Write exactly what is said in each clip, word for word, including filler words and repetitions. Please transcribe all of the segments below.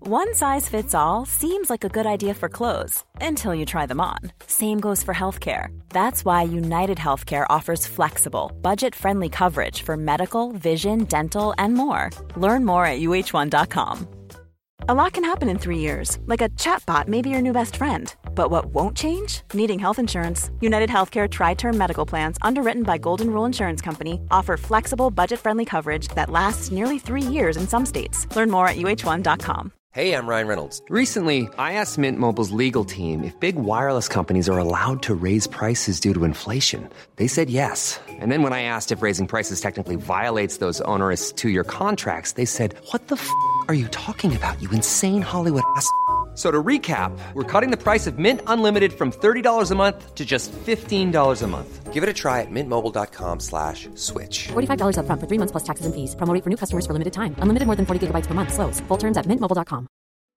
One size fits all seems like a good idea for clothes until you try them on. Same goes for healthcare. That's why United Healthcare offers flexible, budget-friendly coverage for medical, vision, dental, and more. Learn more at U H one dot com. A lot can happen in three years, like a chatbot may be your new best friend. But what won't change? Needing health insurance. United Healthcare Tri-Term Medical Plans, underwritten by Golden Rule Insurance Company, offer flexible, budget-friendly coverage that lasts nearly three years in some states. Learn more at U H one dot com. Hey, I'm Ryan Reynolds. Recently, I asked Mint Mobile's legal team if big wireless companies are allowed to raise prices due to inflation. They said yes. And then when I asked if raising prices technically violates those onerous two-year contracts, they said, what the f*** are you talking about, you insane Hollywood ass f- So to recap, we're cutting the price of Mint Unlimited from thirty dollars a month to just fifteen dollars a month. Give it a try at mintmobile.com slash switch. forty-five dollars up front for three months plus taxes and fees. Promo rate for new customers for limited time. Unlimited more than forty gigabytes per month. Slows full terms at mint mobile dot com.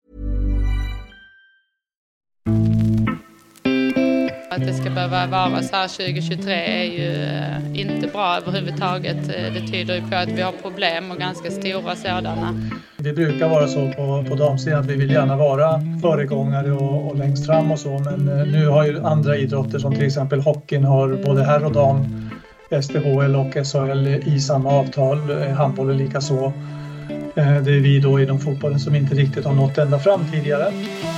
Att det ska behöva vara så här tjugo tjugotre är ju inte bra överhuvudtaget. Det tyder ju på att vi har problem och ganska stora sådana. Det brukar vara så på, på damsidan att vi vill gärna vara föregångare och, och längst fram och så. Men nu har ju andra idrotter som till exempel hockeyn har både herr och dam, S D H L och S H L i samma avtal. Handbollen lika så. Det är vi då inom fotbollen som inte riktigt har nått ända fram tidigare.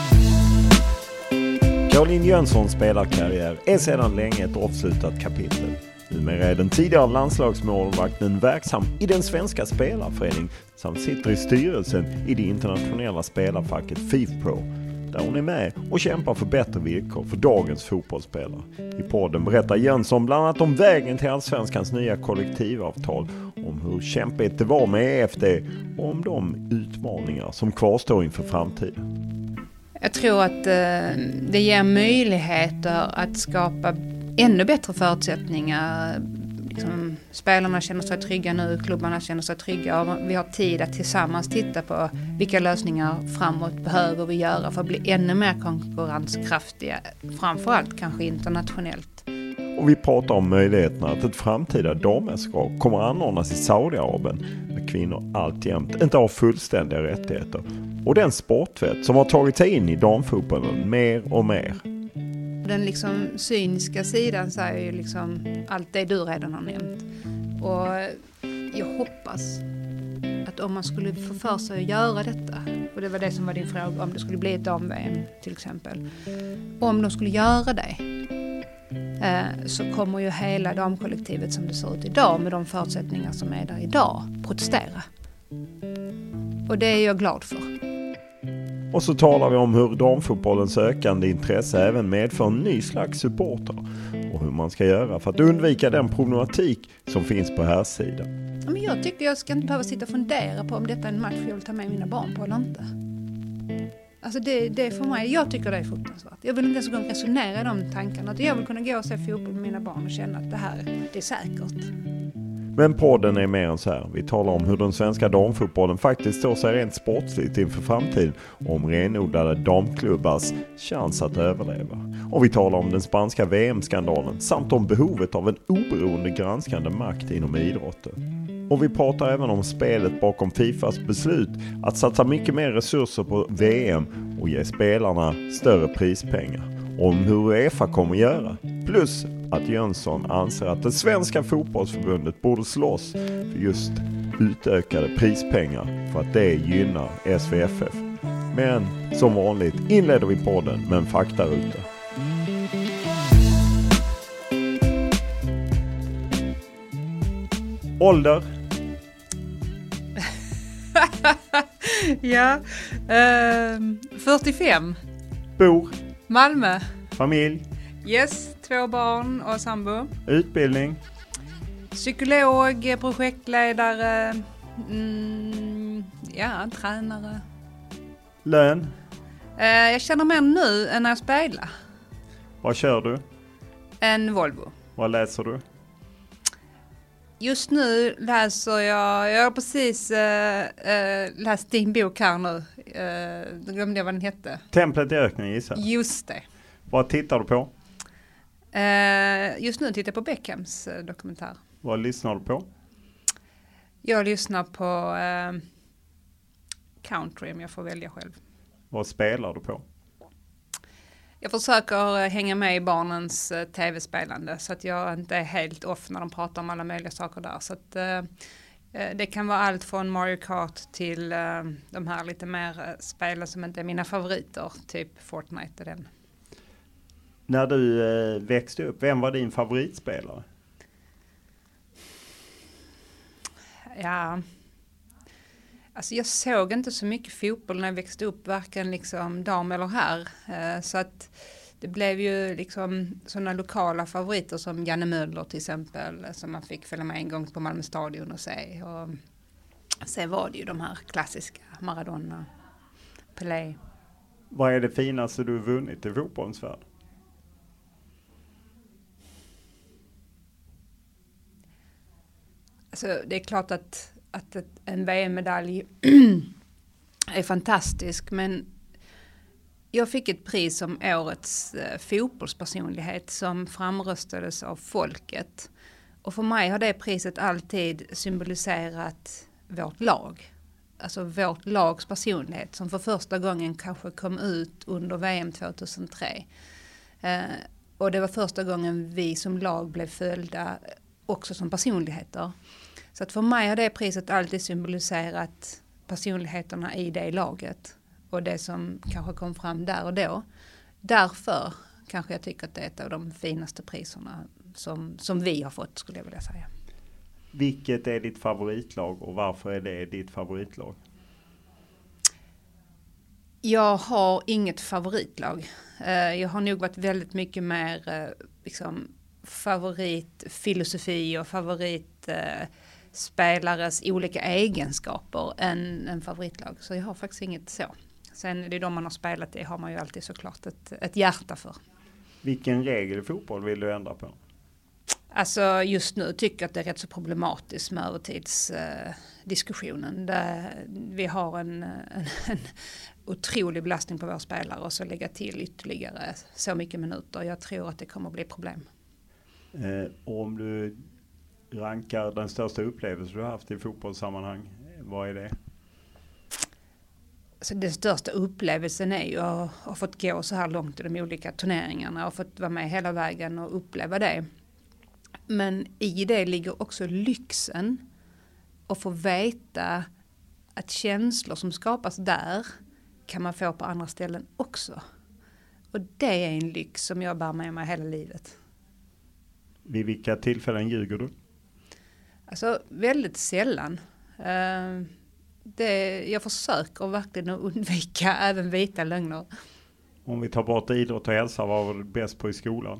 Caroline Jönssons spelarkarriär är sedan länge ett avslutat kapitel. Numera är den tidigare landslagsmålvakten verksam i den svenska spelarföreningen samt sitter i styrelsen i det internationella spelarfacket FIFPro, där hon är med och kämpar för bättre villkor för dagens fotbollsspelare. I podden berättar Jönsson bland annat om vägen till allsvenskans nya kollektivavtal, om hur kämpigt det var med E F D och om de utmaningar som kvarstår inför framtiden. Jag tror att eh, det ger möjligheter att skapa ännu bättre förutsättningar. Liksom, spelarna känner sig trygga nu, klubbarna känner sig trygga och vi har tid att tillsammans titta på vilka lösningar framåt behöver vi göra för att bli ännu mer konkurrenskraftiga, framförallt kanske internationellt. Och vi pratar om möjligheterna att ett framtida dammästerskap kommer anordnas i Saudiarabien med kvinnor alltjämt inte har fullständiga rättigheter. Och den sportvett som har tagit sig in i damfotbollen mer och mer. Den liksom cyniska sidan säger ju liksom allt det du redan har nämnt. Och jag hoppas att om man skulle få för sig att göra detta, och det var det som var din fråga, om det skulle bli ett dam-V M till exempel. Om de skulle göra det så kommer ju hela damkollektivet som det ser ut idag med de förutsättningar som är där idag protestera. Och det är jag glad för. Och så talar vi om hur damfotbollens ökande intresse även medför en ny slags supporter och hur man ska göra för att undvika den problematik som finns på här sidan. Men jag tycker jag ska inte behöva sitta och fundera på om detta är en match jag vill ta med mina barn på eller inte. Alltså det, det är för mig, jag tycker det är fruktansvärt. Jag vill inte ens gå och resonera i de tankarna. Jag vill kunna gå och se fotboll med mina barn och känna att det här, det är säkert. Men podden är mer än så här. Vi talar om hur den svenska damfotbollen faktiskt står sig rent sportsligt inför framtiden och om renodlade damklubbars chans att överleva. Och vi talar om den spanska V M-skandalen samt om behovet av en oberoende granskande makt inom idrotten. Och vi pratar även om spelet bakom Fifas beslut att satsa mycket mer resurser på V M och ge spelarna större prispengar. Och om hur UEFA kommer göra. Plus att Jönsson anser att det svenska fotbollsförbundet borde slåss för just utökade prispengar för att det gynnar S V F F. Men som vanligt inleder vi podden med en faktaruta. Ålder? ja, eh, fyrtiofem. Bor? Malmö. Familj? Yes, två barn och sambo. Utbildning? Psykolog, projektledare, mm, ja, tränare. Lön? Eh, jag känner mer nu än när jag spelar. Vad kör du? En Volvo. Vad läser du? Just nu läser jag, jag har precis äh, äh, läst din bok här nu. Äh, då glömde jag vad den hette. Templet i öknen, gissar. Just det. Vad tittar du på? Äh, just nu tittar jag på Beckhams äh, dokumentär. Vad lyssnar du på? Jag lyssnar på äh, country om jag får välja själv. Vad spelar du på? Jag försöker hänga med i barnens uh, tv-spelande så att jag inte är helt off när de pratar om alla möjliga saker där. Så att, uh, det kan vara allt från Mario Kart till uh, de här lite mer uh, spelen som inte är mina favoriter, typ Fortnite och den. När du uh, växte upp, vem var din favoritspelare? Ja, alltså jag såg inte så mycket fotboll när jag växte upp, varken liksom dam eller här. Uh, så att det blev ju liksom sådana lokala favoriter som Janne Möller till exempel, som man fick följa med en gång på Malmö stadion och se. Och sen var det ju de här klassiska, Maradona, Pelé. Vad är det finaste du vunnit i fotbollens värld? Alltså det är klart att, att ett, en V M-medalj är fantastisk, men jag fick ett pris som årets eh, fotbollspersonlighet som framröstades av folket. Och för mig har det priset alltid symboliserat vårt lag. Alltså vårt lags personlighet som för första gången kanske kom ut under V M tjugohundratre. Eh, och det var första gången vi som lag blev följda också som personligheter. Så att för mig har det priset alltid symboliserat personligheterna i det laget. Och det som kanske kom fram där och då. Därför kanske jag tycker att det är ett av de finaste priserna som, som vi har fått, skulle jag vilja säga. Vilket är ditt favoritlag och varför är det ditt favoritlag? Jag har inget favoritlag. Jag har nog varit väldigt mycket mer liksom, favoritfilosofi och favoritspelares olika egenskaper än en favoritlag. Så jag har faktiskt inget så. Sen är det de man har spelat i har man ju alltid såklart ett, ett hjärta för. Vilken regel i fotboll vill du ändra på? Alltså just nu tycker jag att det är rätt så problematiskt med övertidsdiskussionen. Eh, vi har en, en, en otrolig belastning på våra spelare och så lägga till ytterligare så mycket minuter. Jag tror att det kommer att bli problem. Eh, om du rankar den största upplevelsen du har haft i fotbollssammanhang, vad är det? Så den största upplevelsen är ju att ha fått gå så här långt i de olika turneringarna och fått vara med hela vägen och uppleva det. Men i det ligger också lyxen att få veta att känslor som skapas där kan man få på andra ställen också. Och det är en lyx som jag bär med mig hela livet. Vid vilka tillfällen ljuger du? Alltså väldigt sällan. Uh, det, jag försöker verkligen att undvika även vita lögner. Om vi tar bort idrott och hälsa, vad var du bäst på i skolan?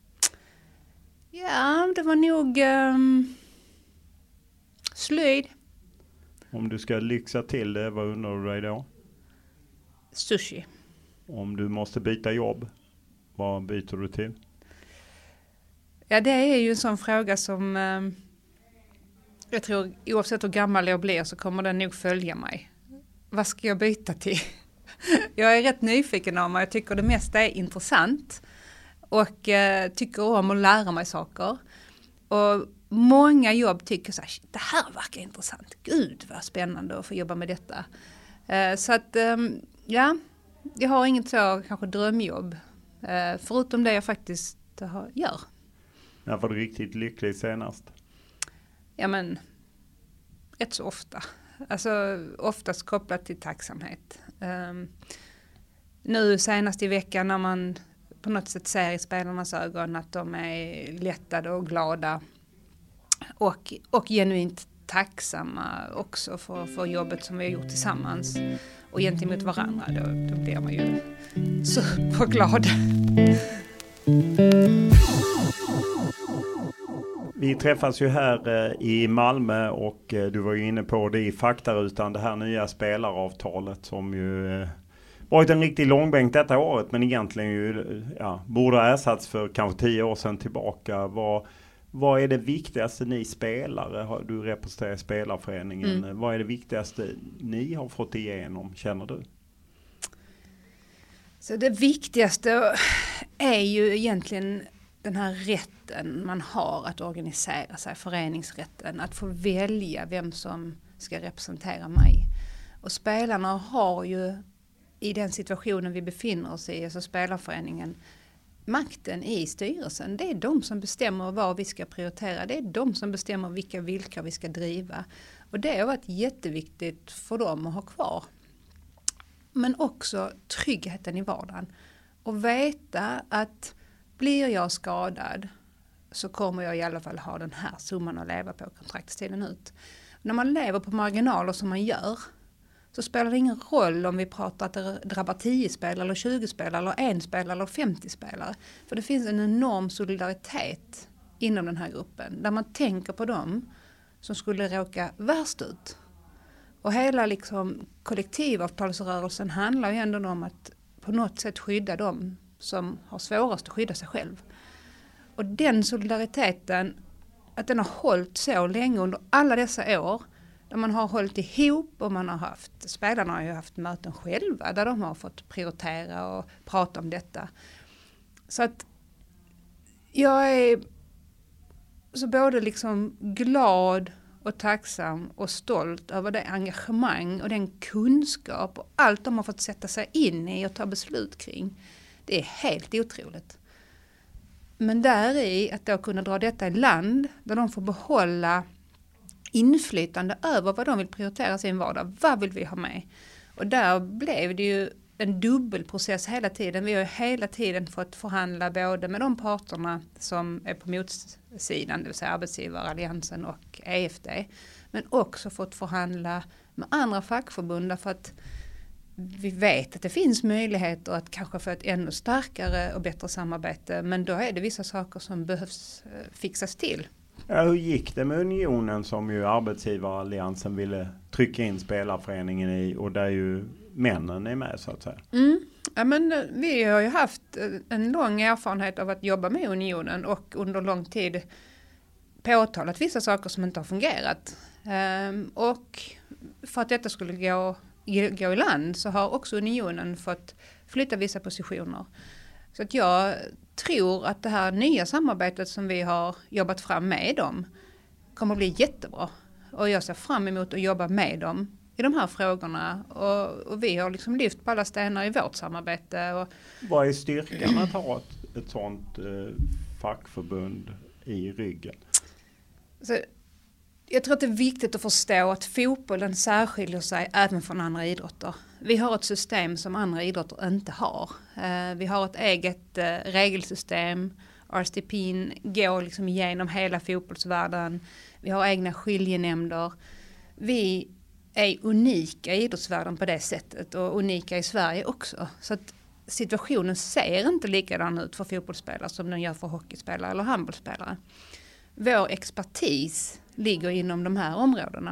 Ja, det var nog um, slöjd. Om du ska lyxa till det, vad undrar du dig då? Sushi. Om du måste byta jobb, vad byter du till? Ja, det är ju en sån fråga som um, jag tror oavsett hur gammal jag blir så kommer den nog följa mig. Vad ska jag byta till? Jag är rätt nyfiken om och jag tycker det mesta är intressant. Och eh, tycker om att lära mig saker. Och många jobb tycker så här, det här verkar intressant. Gud vad spännande att få jobba med detta. Eh, så att, eh, ja, jag har inget så kanske drömjobb. Eh, förutom det jag faktiskt har, gör. När var du riktigt lycklig senast? Ja men, rätt så ofta. Alltså oftast kopplat till tacksamhet. Eh, nu senast i veckan när man på något sätt ser i spelarnas ögon att de är lättade och glada och, och genuint tacksamma också för, för jobbet som vi har gjort tillsammans och gentemot varandra, då, då blir man ju superglad. Vi träffas ju här i Malmö och du var ju inne på det i faktarutan, det här nya spelaravtalet som ju varit en riktig långbänk detta året, men egentligen ju, ja, borde ha ersatts för kanske tio år sedan tillbaka. Vad, vad är det viktigaste ni spelare, du representerar spelarföreningen, mm. vad är det viktigaste ni har fått igenom, känner du? Så det viktigaste är ju egentligen den här rätten man har att organisera sig, föreningsrätten, att få välja vem som ska representera mig. Och spelarna har ju i den situationen vi befinner oss i, alltså spelarföreningen, makten i styrelsen. Det är de som bestämmer vad vi ska prioritera. Det är de som bestämmer vilka villkor vi ska driva. Och det har varit jätteviktigt för dem att ha kvar. Men också tryggheten i vardagen. Och veta att blir jag skadad så kommer jag i alla fall ha den här summan att leva på kontraktstiden ut. När man lever på marginaler som man gör så spelar det ingen roll om vi pratar att det drabbar tio spelare eller tjugo spelare eller en spelare eller femtio spelare. För det finns en enorm solidaritet inom den här gruppen där man tänker på dem som skulle råka värst ut. Och hela liksom kollektivavtalsrörelsen handlar ju ändå om att på något sätt skydda dem som har svårast att skydda sig själv. Och den solidariteten, att den har hållit så länge under alla dessa år, där man har hållit ihop och man har haft, spelarna har ju haft möten själva där de har fått prioritera och prata om detta. Så att jag är så både liksom glad och tacksam och stolt över det engagemang och den kunskap och allt de har fått sätta sig in i och ta beslut kring. Det är helt otroligt. Men där i att då kunna dra detta i land där de får behålla inflytande över vad de vill prioritera sin vardag. Vad vill vi ha med? Och där blev det ju en dubbelprocess hela tiden. Vi har ju hela tiden fått förhandla både med de parterna som är på motsidan, det vill säga arbetsgivaralliansen och E F D. Men också fått förhandla med andra fackförbund för att vi vet att det finns möjligheter att kanske få ett ännu starkare och bättre samarbete. Men då är det vissa saker som behövs fixas till. Ja, hur gick det med unionen som ju arbetsgivaralliansen ville trycka in spelarföreningen i och där ju männen är med så att säga? Mm. Ja, men vi har ju haft en lång erfarenhet av att jobba med unionen och under lång tid påtalat vissa saker som inte har fungerat. Ehm, och för att detta skulle gå, gå i land så har också unionen fått flytta vissa positioner. Så att jag tror att det här nya samarbetet som vi har jobbat fram med dem kommer att bli jättebra. Och jag ser fram emot att jobba med dem i de här frågorna. Och, och vi har liksom lyft på alla stenar i vårt samarbete. Och vad är styrkan att ha ett, ett sånt eh, fackförbund i ryggen? Så, jag tror att det är viktigt att förstå att fotbollen särskiljer sig även från andra idrotter. Vi har ett system som andra idrotter inte har. Eh, vi har ett eget eh, regelsystem. R S D P går liksom igenom hela fotbollsvärlden. Vi har egna skiljenämnder. Vi är unika i idrottsvärlden på det sättet och unika i Sverige också. Så att situationen ser inte likadan ut för fotbollsspelare som den gör för hockeyspelare eller handbollsspelare. Vår expertis ligger inom de här områdena.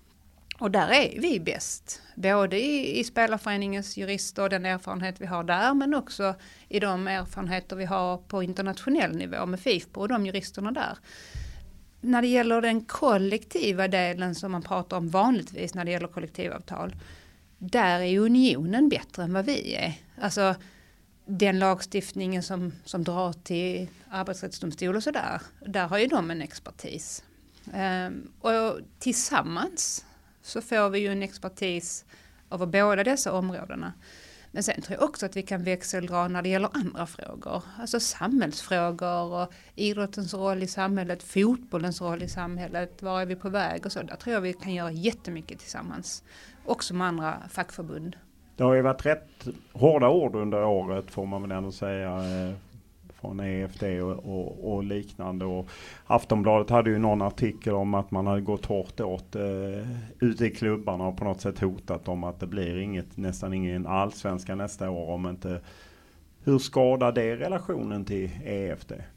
Och där är vi bäst. Både i, i spelarföreningens jurister och den erfarenhet vi har där. Men också i de erfarenheter vi har på internationell nivå med FIFPro och de juristerna där. När det gäller den kollektiva delen som man pratar om vanligtvis när det gäller kollektivavtal. Där är unionen bättre än vad vi är. Alltså den lagstiftningen som, som drar till arbetsrättsdomstol och sådär. Där har ju de en expertis. Um, och tillsammans så får vi ju en expertis över båda dessa områdena. Men sen tror jag också att vi kan växeldra när det gäller andra frågor. Alltså samhällsfrågor och idrottens roll i samhället, fotbollens roll i samhället, var är vi på väg och så. Där tror jag vi kan göra jättemycket tillsammans. Också med andra fackförbund. Det har ju varit rätt hårda ord under året får man väl ändå säga från E F D och, och, och liknande. Och Aftonbladet hade ju någon artikel om att man hade gått hårt åt eh, ute i klubbarna och på något sätt hotat om att det blir inget, nästan ingen allsvenska nästa år om inte. Hur skadar det relationen till E F D?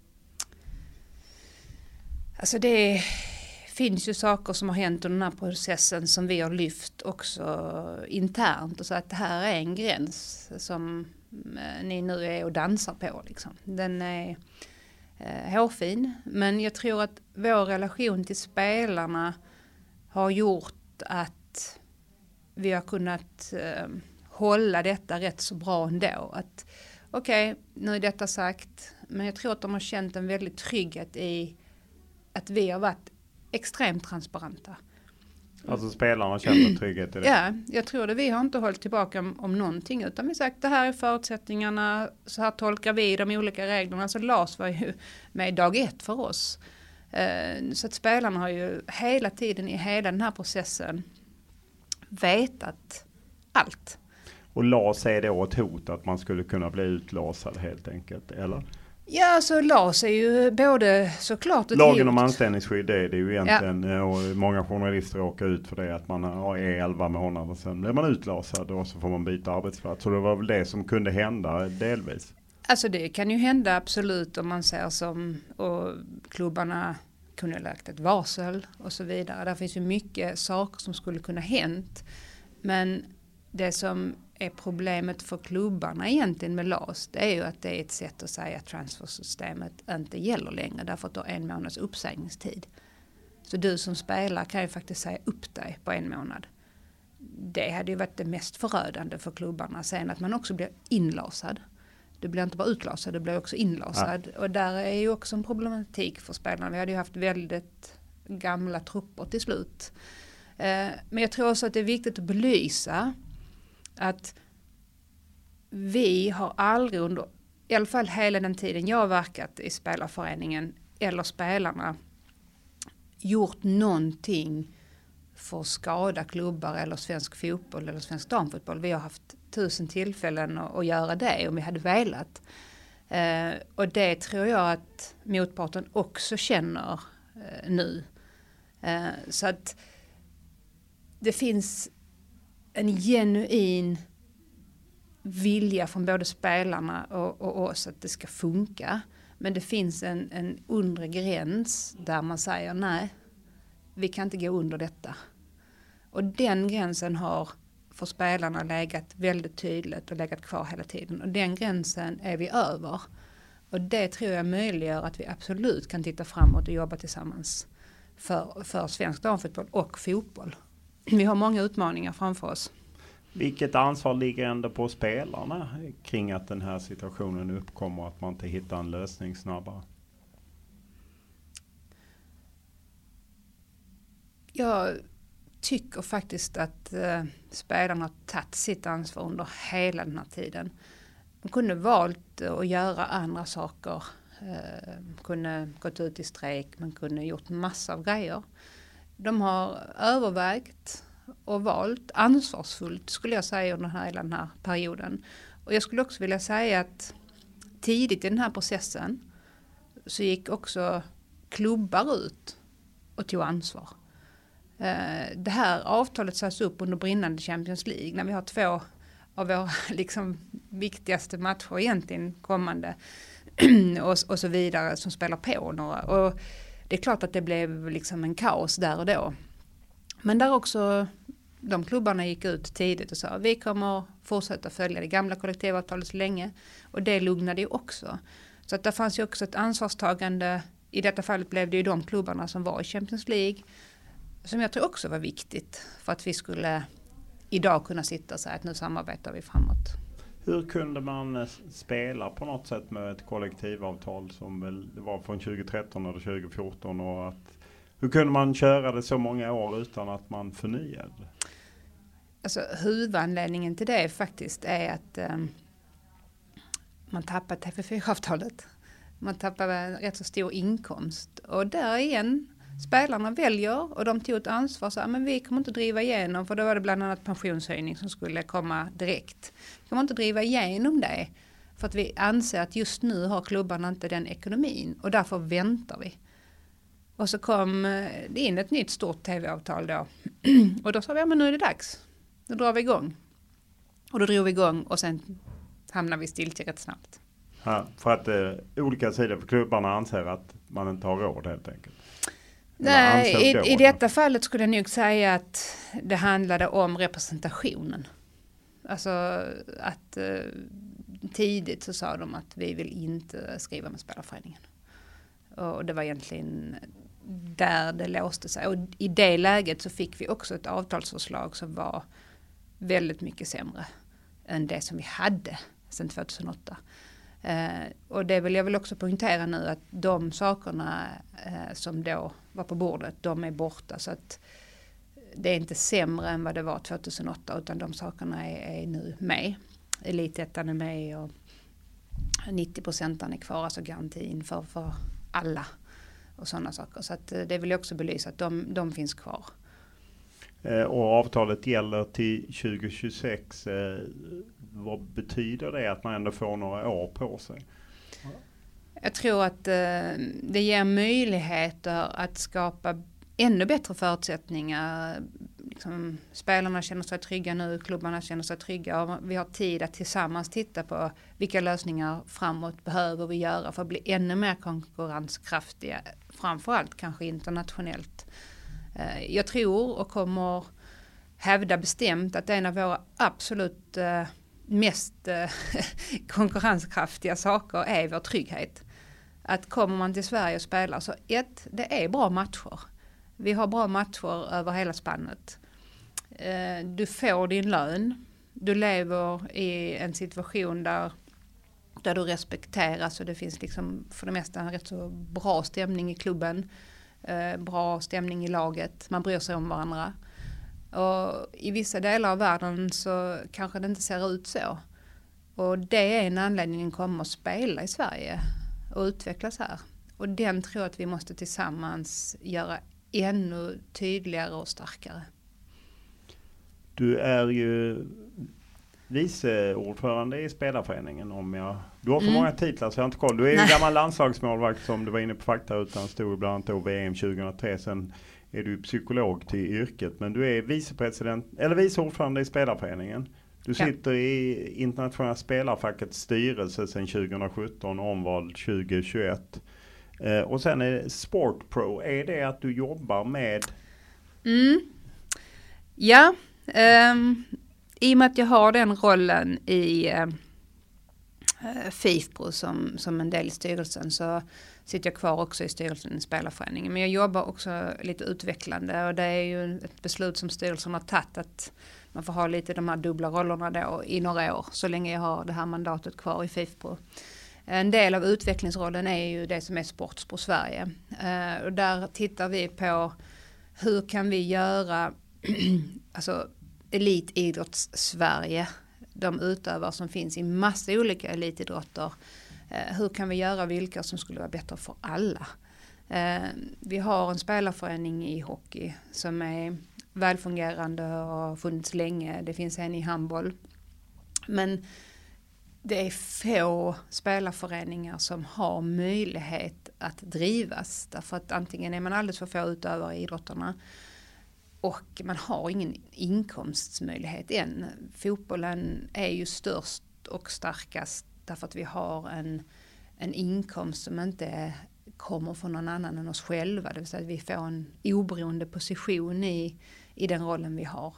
Alltså det finns ju saker som har hänt under den här processen som vi har lyft också internt och så att det här är en gräns som ni nu är och dansar på liksom. Den är eh, hårfin, men jag tror att vår relation till spelarna har gjort att vi har kunnat eh, hålla detta rätt så bra ändå. Att okej, okay, nu är detta sagt, men jag tror att de har känt en väldigt trygghet i att vi har varit extremt transparenta. Alltså spelarna känner trygghet i det? Ja, jag tror det. Vi har inte hållit tillbaka om, om någonting, utan vi har sagt det här är förutsättningarna, så här tolkar vi de olika reglerna. Så L A S var ju med dag ett för oss. Eh, så att spelarna har ju hela tiden i hela den här processen vetat allt. Och L A S är då ett hot att man skulle kunna bli utlasad helt enkelt, eller? Ja, alltså L A S är ju både såklart ett Lagen hot. om anställningsskydd är det ju egentligen, ja. Och många journalister åker ut för det, att man är elva månader och sen blir man utlasad och så får man byta arbetsplats. Så det var väl det som kunde hända delvis. Alltså det kan ju hända absolut, om man ser som, och klubbarna kunde ha lagt ett varsel och så vidare. Där finns ju mycket saker som skulle kunna hänt. Men det som är problemet för klubbarna egentligen med L A S, det är ju att det är ett sätt att säga att transfersystemet inte gäller längre, därför att du har en månads uppsägningstid. Så du som spelar kan ju faktiskt säga upp dig på en månad. Det hade ju varit det mest förödande för klubbarna. Sen att man också blir inlasad. Du blir inte bara utlasad, du blir också inlasad. Ja. Och där är ju också en problematik för spelarna. Vi hade ju haft väldigt gamla trupper till slut. Eh, men jag tror också att det är viktigt att belysa att vi har aldrig under, i alla fall hela den tiden jag har verkat i spelarföreningen eller spelarna, gjort någonting för att skada klubbar eller svensk fotboll eller svensk damfotboll. Vi har haft tusen tillfällen att, att göra det om vi hade velat. Eh, och det tror jag att motparten också känner eh, nu. Eh, så att det finns en genuin vilja från både spelarna och, och oss att det ska funka. Men det finns en, en undre gräns där man säger nej, vi kan inte gå under detta. Och den gränsen har för spelarna legat väldigt tydligt och legat kvar hela tiden. Och den gränsen är vi över. Och det tror jag möjliggör att vi absolut kan titta framåt och jobba tillsammans för, för svensk damfotboll och fotboll. Vi har många utmaningar framför oss. Vilket ansvar ligger ändå på spelarna kring att den här situationen uppkommer, att man inte hittar en lösning snabbare? Jag tycker faktiskt att eh, spelarna har tagit sitt ansvar under hela den här tiden. De kunde valt att göra andra saker. Eh, kunde gått ut i strejk, men kunde gjort massor av grejer. De har övervägt och valt ansvarsfullt, skulle jag säga, under hela den här perioden. Och jag skulle också vilja säga att tidigt i den här processen så gick också klubbar ut och tog ansvar. Det här avtalet sades upp under brinnande Champions League, när vi har två av våra liksom viktigaste matcher egentligen kommande och, och så vidare som spelar på några. Och det är klart att det blev liksom en kaos där och då. Men där också de klubbarna gick ut tidigt och sa vi kommer fortsätta följa det gamla kollektivavtalet så länge. Och det lugnade ju också. Så att det fanns ju också ett ansvarstagande. I detta fallet blev det ju de klubbarna som var i Champions League, som jag tror också var viktigt för att vi skulle idag kunna sitta och säga att nu samarbetar vi framåt. Hur kunde man spela på något sätt med ett kollektivavtal som väl var från tjugo tretton eller tjugo fjorton, och att, hur kunde man köra det så många år utan att man förnyade? Alltså huvudanledningen till det faktiskt är att eh, man tappade T V fyra-avtalet. Man tappade en rätt så stor inkomst, och där igen spelarna väljer, och de tog ett ansvar, så men vi kommer inte driva igenom, för då var det bland annat pensionshöjning som skulle komma direkt. Vi kommer inte driva igenom det för att vi anser att just nu har klubbarna inte den ekonomin, och därför väntar vi. Och så kom det in ett nytt stort tv-avtal då, och då sa vi, ja men nu är det dags, nu drar vi igång. Och då drog vi igång, och sen hamnade vi still till rätt snabbt. Ja, för att eh, olika sidor för klubbarna anser att man inte har råd helt enkelt. Nej, i, i detta fallet skulle jag nog säga att det handlade om representationen. Alltså att eh, tidigt så sa de att vi vill inte skriva med spelarföreningen. Och det var egentligen där det låste sig. Och i det läget så fick vi också ett avtalsförslag som var väldigt mycket sämre än det som vi hade sedan tjugohundraåtta. Eh, och det vill jag väl också poängtera nu, att de sakerna eh, som då var på bordet, de är borta. Så att det är inte sämre än vad det var tjugohundraåtta, utan de sakerna är, är nu med. Elitettan är med och nittio procent är kvar, alltså garantin för, för alla och sådana saker. Så att det vill jag också belysa att de, de finns kvar. Och avtalet gäller till tjugo tjugosex. Vad betyder det att man ändå får några år på sig? Jag tror att eh, det ger möjligheter att skapa ännu bättre förutsättningar. Liksom, spelarna känner sig trygga nu, klubbarna känner sig trygga och vi har tid att tillsammans titta på vilka lösningar framåt behöver vi göra för att bli ännu mer konkurrenskraftiga, framförallt kanske internationellt. Eh, jag tror och kommer hävda bestämt att en av våra absolut eh, mest eh, konkurrenskraftiga saker är vår trygghet. Att kommer man till Sverige och spelar så ett, det är bra matcher. Vi har bra matcher över hela spannet. Eh, du får din lön. Du lever i en situation där, där du respekteras och det finns liksom för det mesta en rätt så bra stämning i klubben. Eh, bra stämning i laget. Man bryr sig om varandra. Och i vissa delar av världen så kanske det inte ser ut så. Och det är en anledning att komma och spela i Sverige och utvecklas här. Och den tror jag att vi måste tillsammans göra ännu tydligare och starkare. Du är ju vice ordförande i spelarföreningen. Om jag, du har för mm. många titlar så jag har inte koll. Du är ju en gammal landslagsmålvakt som du var inne på fakta utan stod bland annat då V M tjugohundratre. Sen är du psykolog till yrket. Men du är vicepresident eller vice ordförande i spelarföreningen. Du sitter ja. i internationella spelarfackets styrelse sedan tjugohundrasjutton, omvald tjugo tjugoett. Eh, och sen är Sportpro, är det att du jobbar med? Mm. Ja, um, i och med att jag har den rollen i uh, FIFPro som, som en del i styrelsen så sitter jag kvar också i styrelsen i spelarföreningen. Men jag jobbar också lite utvecklande och det är ju ett beslut som styrelsen har tagit att man får ha lite de här dubbla rollerna då i några år så länge jag har det här mandatet kvar i FIFPro. En del av utvecklingsrollen är ju det som är Sportspro Sverige. Uh, och där tittar vi på hur kan vi göra alltså elitidrotts Sverige, de utövare som finns i massa olika elitidrotter. Uh, hur kan vi göra vilka som skulle vara bättre för alla? Uh, vi har en spelarförening i hockey som är välfungerande och har funnits länge. Det finns en i handboll. Men det är få spelarföreningar som har möjlighet att drivas. Därför att antingen är man alldeles för få utövare i idrotterna och man har ingen inkomstmöjlighet än. Fotbollen är ju störst och starkast därför att vi har en, en inkomst som inte kommer från någon annan än oss själva. Det vill säga att vi får en oberoende position i, i den rollen vi har.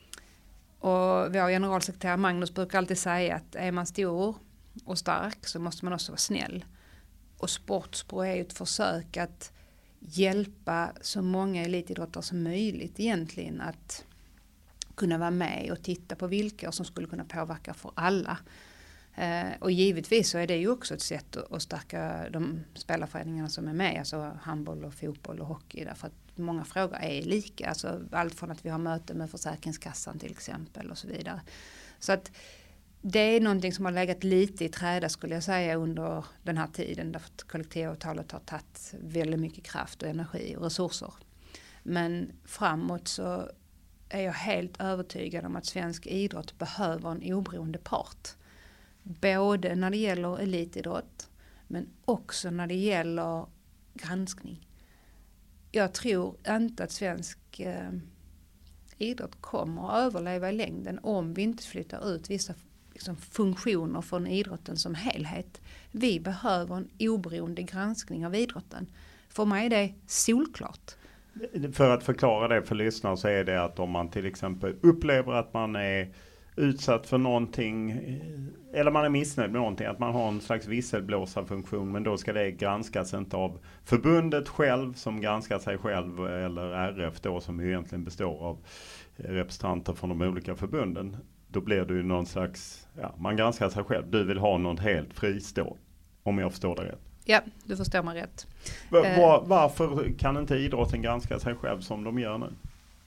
Och vår generalsekreterare Magnus brukar alltid säga att är man stor och stark så måste man också vara snäll. Och Sportspro är ju ett försök att hjälpa så många elitidrottare som möjligt egentligen att kunna vara med och titta på villkor som skulle kunna påverka för alla. Eh, och givetvis så är det ju också ett sätt att, att stärka de spelarföreningarna som är med, alltså handboll och fotboll och hockey, därför att många frågor är lika, alltså allt från att vi har möte med Försäkringskassan till exempel och så vidare. Så att det är någonting som har legat lite i träda skulle jag säga under den här tiden, därför att kollektivavtalet har tagit väldigt mycket kraft och energi och resurser. Men framåt så är jag helt övertygad om att svensk idrott behöver en oberoende part. Både när det gäller elitidrott men också när det gäller granskning. Jag tror inte att svensk eh, idrott kommer att överleva i längden om vi inte flyttar ut vissa liksom, funktioner från idrotten som helhet. Vi behöver en oberoende granskning av idrotten. För mig är det solklart. För att förklara det för lyssnare så är det att om man till exempel upplever att man är utsatt för någonting eller man är missnöjd med någonting, att man har en slags visselblåsarfunktion, men då ska det granskas inte av förbundet själv som granskar sig själv eller R F då som egentligen består av representanter från de olika förbunden. Då blir det ju någon slags, ja, man granskar sig själv. Du vill ha något helt fristående, om jag förstår det rätt. Ja, du förstår mig rätt. Var, var, varför kan inte idrotten granska sig själv som de gör nu?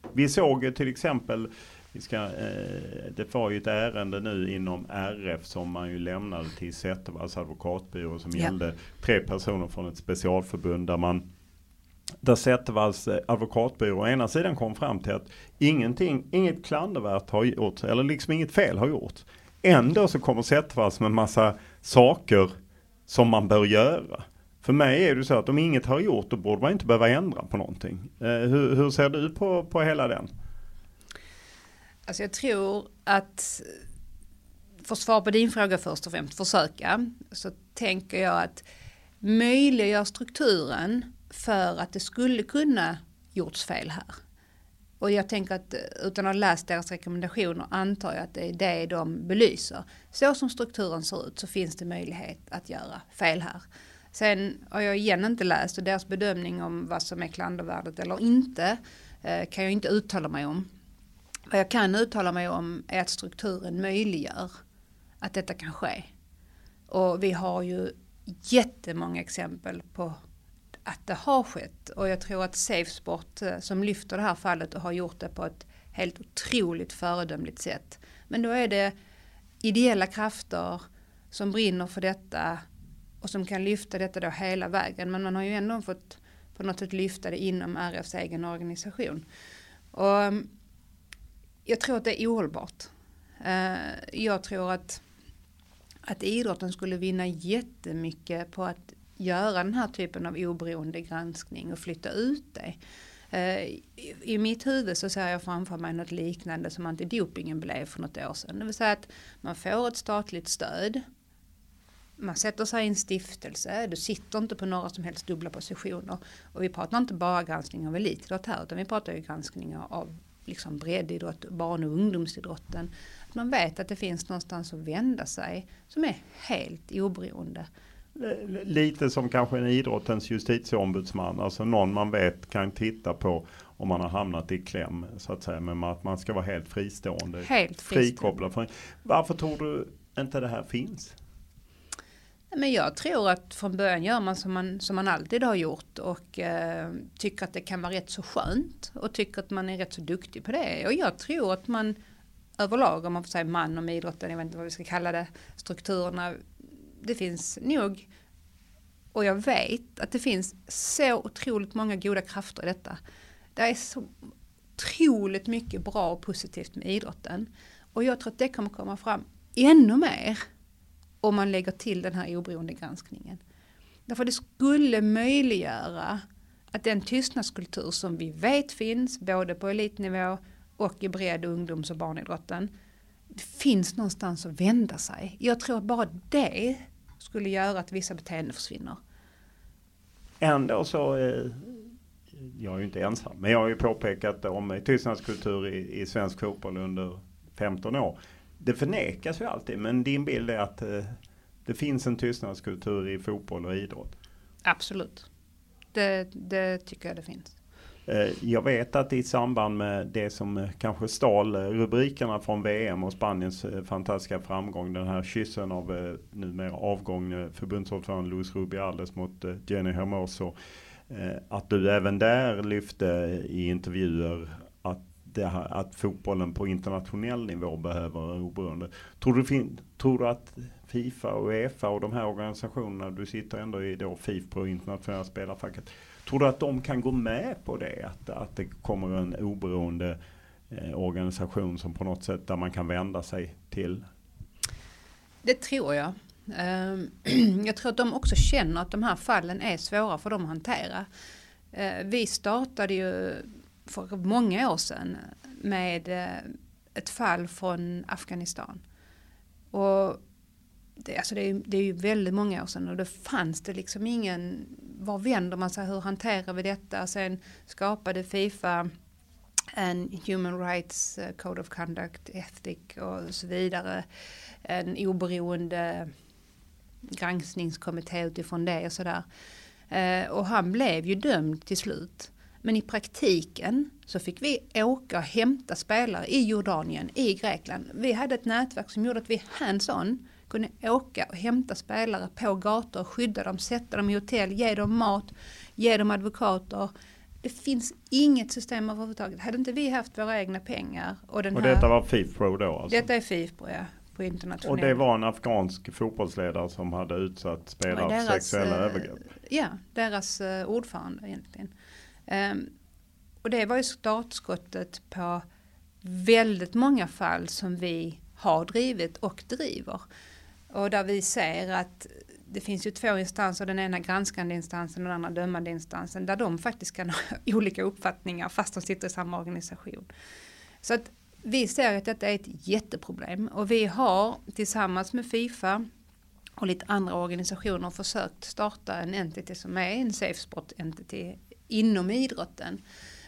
Vi såg ju till exempel, vi ska, eh, det var ju ett ärende nu inom R F som man ju lämnade till Zettervalls advokatbyrå som ja. gällde tre personer från ett specialförbund där man där Zettervalls advokatbyrå å ena sidan kom fram till att ingenting, inget klandervärt har gjort, eller liksom inget fel har gjort. Ändå så kommer Zettervalls med en massa saker som man bör göra. För mig är det så att om inget har gjort, då borde man inte behöva ändra på någonting. Eh, hur, hur ser du på, på hela den? Alltså jag tror att, för att svara på din fråga först och främst, försöka, så tänker jag att möjliggör strukturen för att det skulle kunna gjorts fel här. Och jag tänker att utan att ha läst deras rekommendationer antar jag att det är det de belyser. Så som strukturen ser ut så finns det möjlighet att göra fel här. Sen har jag igen inte läst och deras bedömning om vad som är klandervärdigt eller inte eh, kan jag inte uttala mig om. Vad jag kan uttala mig om är att strukturen möjliggör att detta kan ske. Och vi har ju jättemånga exempel på att det har skett. Och jag tror att SafeSport som lyfter det här fallet och har gjort det på ett helt otroligt föredömligt sätt. Men då är det ideella krafter som brinner för detta och som kan lyfta detta då hela vägen. Men man har ju ändå fått på något sätt lyfta det inom R F:s egen organisation. Och jag tror att det är ohållbart. Jag tror att, att idrotten skulle vinna jättemycket på att göra den här typen av oberoende granskning och flytta ut det. I mitt huvud så ser jag framför mig något liknande som antidopingen blev för något år sedan. Det vill säga att man får ett statligt stöd. Man sätter sig i en stiftelse. Du sitter inte på några som helst dubbla positioner. Och vi pratar inte bara granskning av elitidrott här, utan vi pratar ju granskningar av liksom breddidrott, barn- och ungdomsidrotten. Att man vet att det finns någonstans att vända sig som är helt oberoende. Lite som kanske en idrottens justitieombudsman, alltså någon man vet kan titta på om man har hamnat i kläm så att säga, men att man ska vara helt fristående. Helt frikopplad. Från. Varför tror du inte det här finns? Men jag tror att från början gör man som man, som man alltid har gjort och eh, tycker att det kan vara rätt så skönt och tycker att man är rätt så duktig på det. Och jag tror att man överlag, om man får säga man om idrotten, jag vet inte vad vi ska kalla det, strukturerna, det finns nog, och jag vet att det finns så otroligt många goda krafter i detta. Det är så otroligt mycket bra och positivt med idrotten. Och jag tror att det kommer komma fram ännu mer om man lägger till den här oberoende granskningen. Därför det skulle möjliggöra att den tystnadskultur som vi vet finns både på elitnivå och i bredd ungdoms- och barnidrotten, det finns någonstans att vända sig. Jag tror att bara det skulle göra att vissa beteenden försvinner. Ändå så, eh, jag är ju inte ensam, men jag har ju påpekat om tystnadskultur i, i svensk fotboll under femton år. Det förnekas ju alltid, men din bild är att eh, det finns en tystnadskultur i fotboll och idrott. Absolut. Det, det tycker jag det finns. Jag vet att i samband med det som kanske stal rubrikerna från V M och Spaniens fantastiska framgång, den här kyssen av numera avgång förbundsordförande Luis Rubiales mot Jenny Hermoso, att du även där lyfte i intervjuer att, det här, att fotbollen på internationell nivå behöver oberoende. Tror du, fin- tror du att FIFA och UEFA och de här organisationerna, du sitter ändå i då F I F på internationella spelarfacket, tror du att de kan gå med på det? Att, att det kommer en oberoende eh, organisation som på något sätt där man kan vända sig till? Det tror jag. Uh, jag tror att de också känner att de här fallen är svåra för dem att hantera. Uh, vi startade ju för många år sedan med uh, ett fall från Afghanistan. Och det, alltså det, är, det är ju väldigt många år sedan och då fanns det liksom ingen, var vänder man sig, hur hanterar vi detta? Sen skapade FIFA en Human Rights Code of Conduct, Ethic och så vidare. En oberoende granskningskommitté utifrån det och sådär. Eh, och han blev ju dömd till slut. Men i praktiken så fick vi åka och hämta spelare i Jordanien, i Grekland. Vi hade ett nätverk som gjorde att vi hands-on kunde åka och hämta spelare på gator, skydda dem, sätta dem i hotell, ge dem mat, ge dem advokater. Det finns inget system överhuvudtaget. Hade inte vi haft våra egna pengar. Och, den och här, detta var FIFPro då alltså? Detta är FIFPro, ja. På internationell. Och det var en afghansk fotbollsledare som hade utsatt spelare för sexuella äh, övergrepp? Ja, deras uh, ordförande egentligen. Um, och det var ju startskottet på väldigt många fall som vi har drivit och driver. Och där vi ser att det finns ju två instanser, den ena granskande instansen och den andra dömande instansen, där de faktiskt kan ha olika uppfattningar fast de sitter i samma organisation. Så att vi ser att detta är ett jätteproblem och vi har tillsammans med FIFA och lite andra organisationer försökt starta en entity som är en safe sport entity inom idrotten.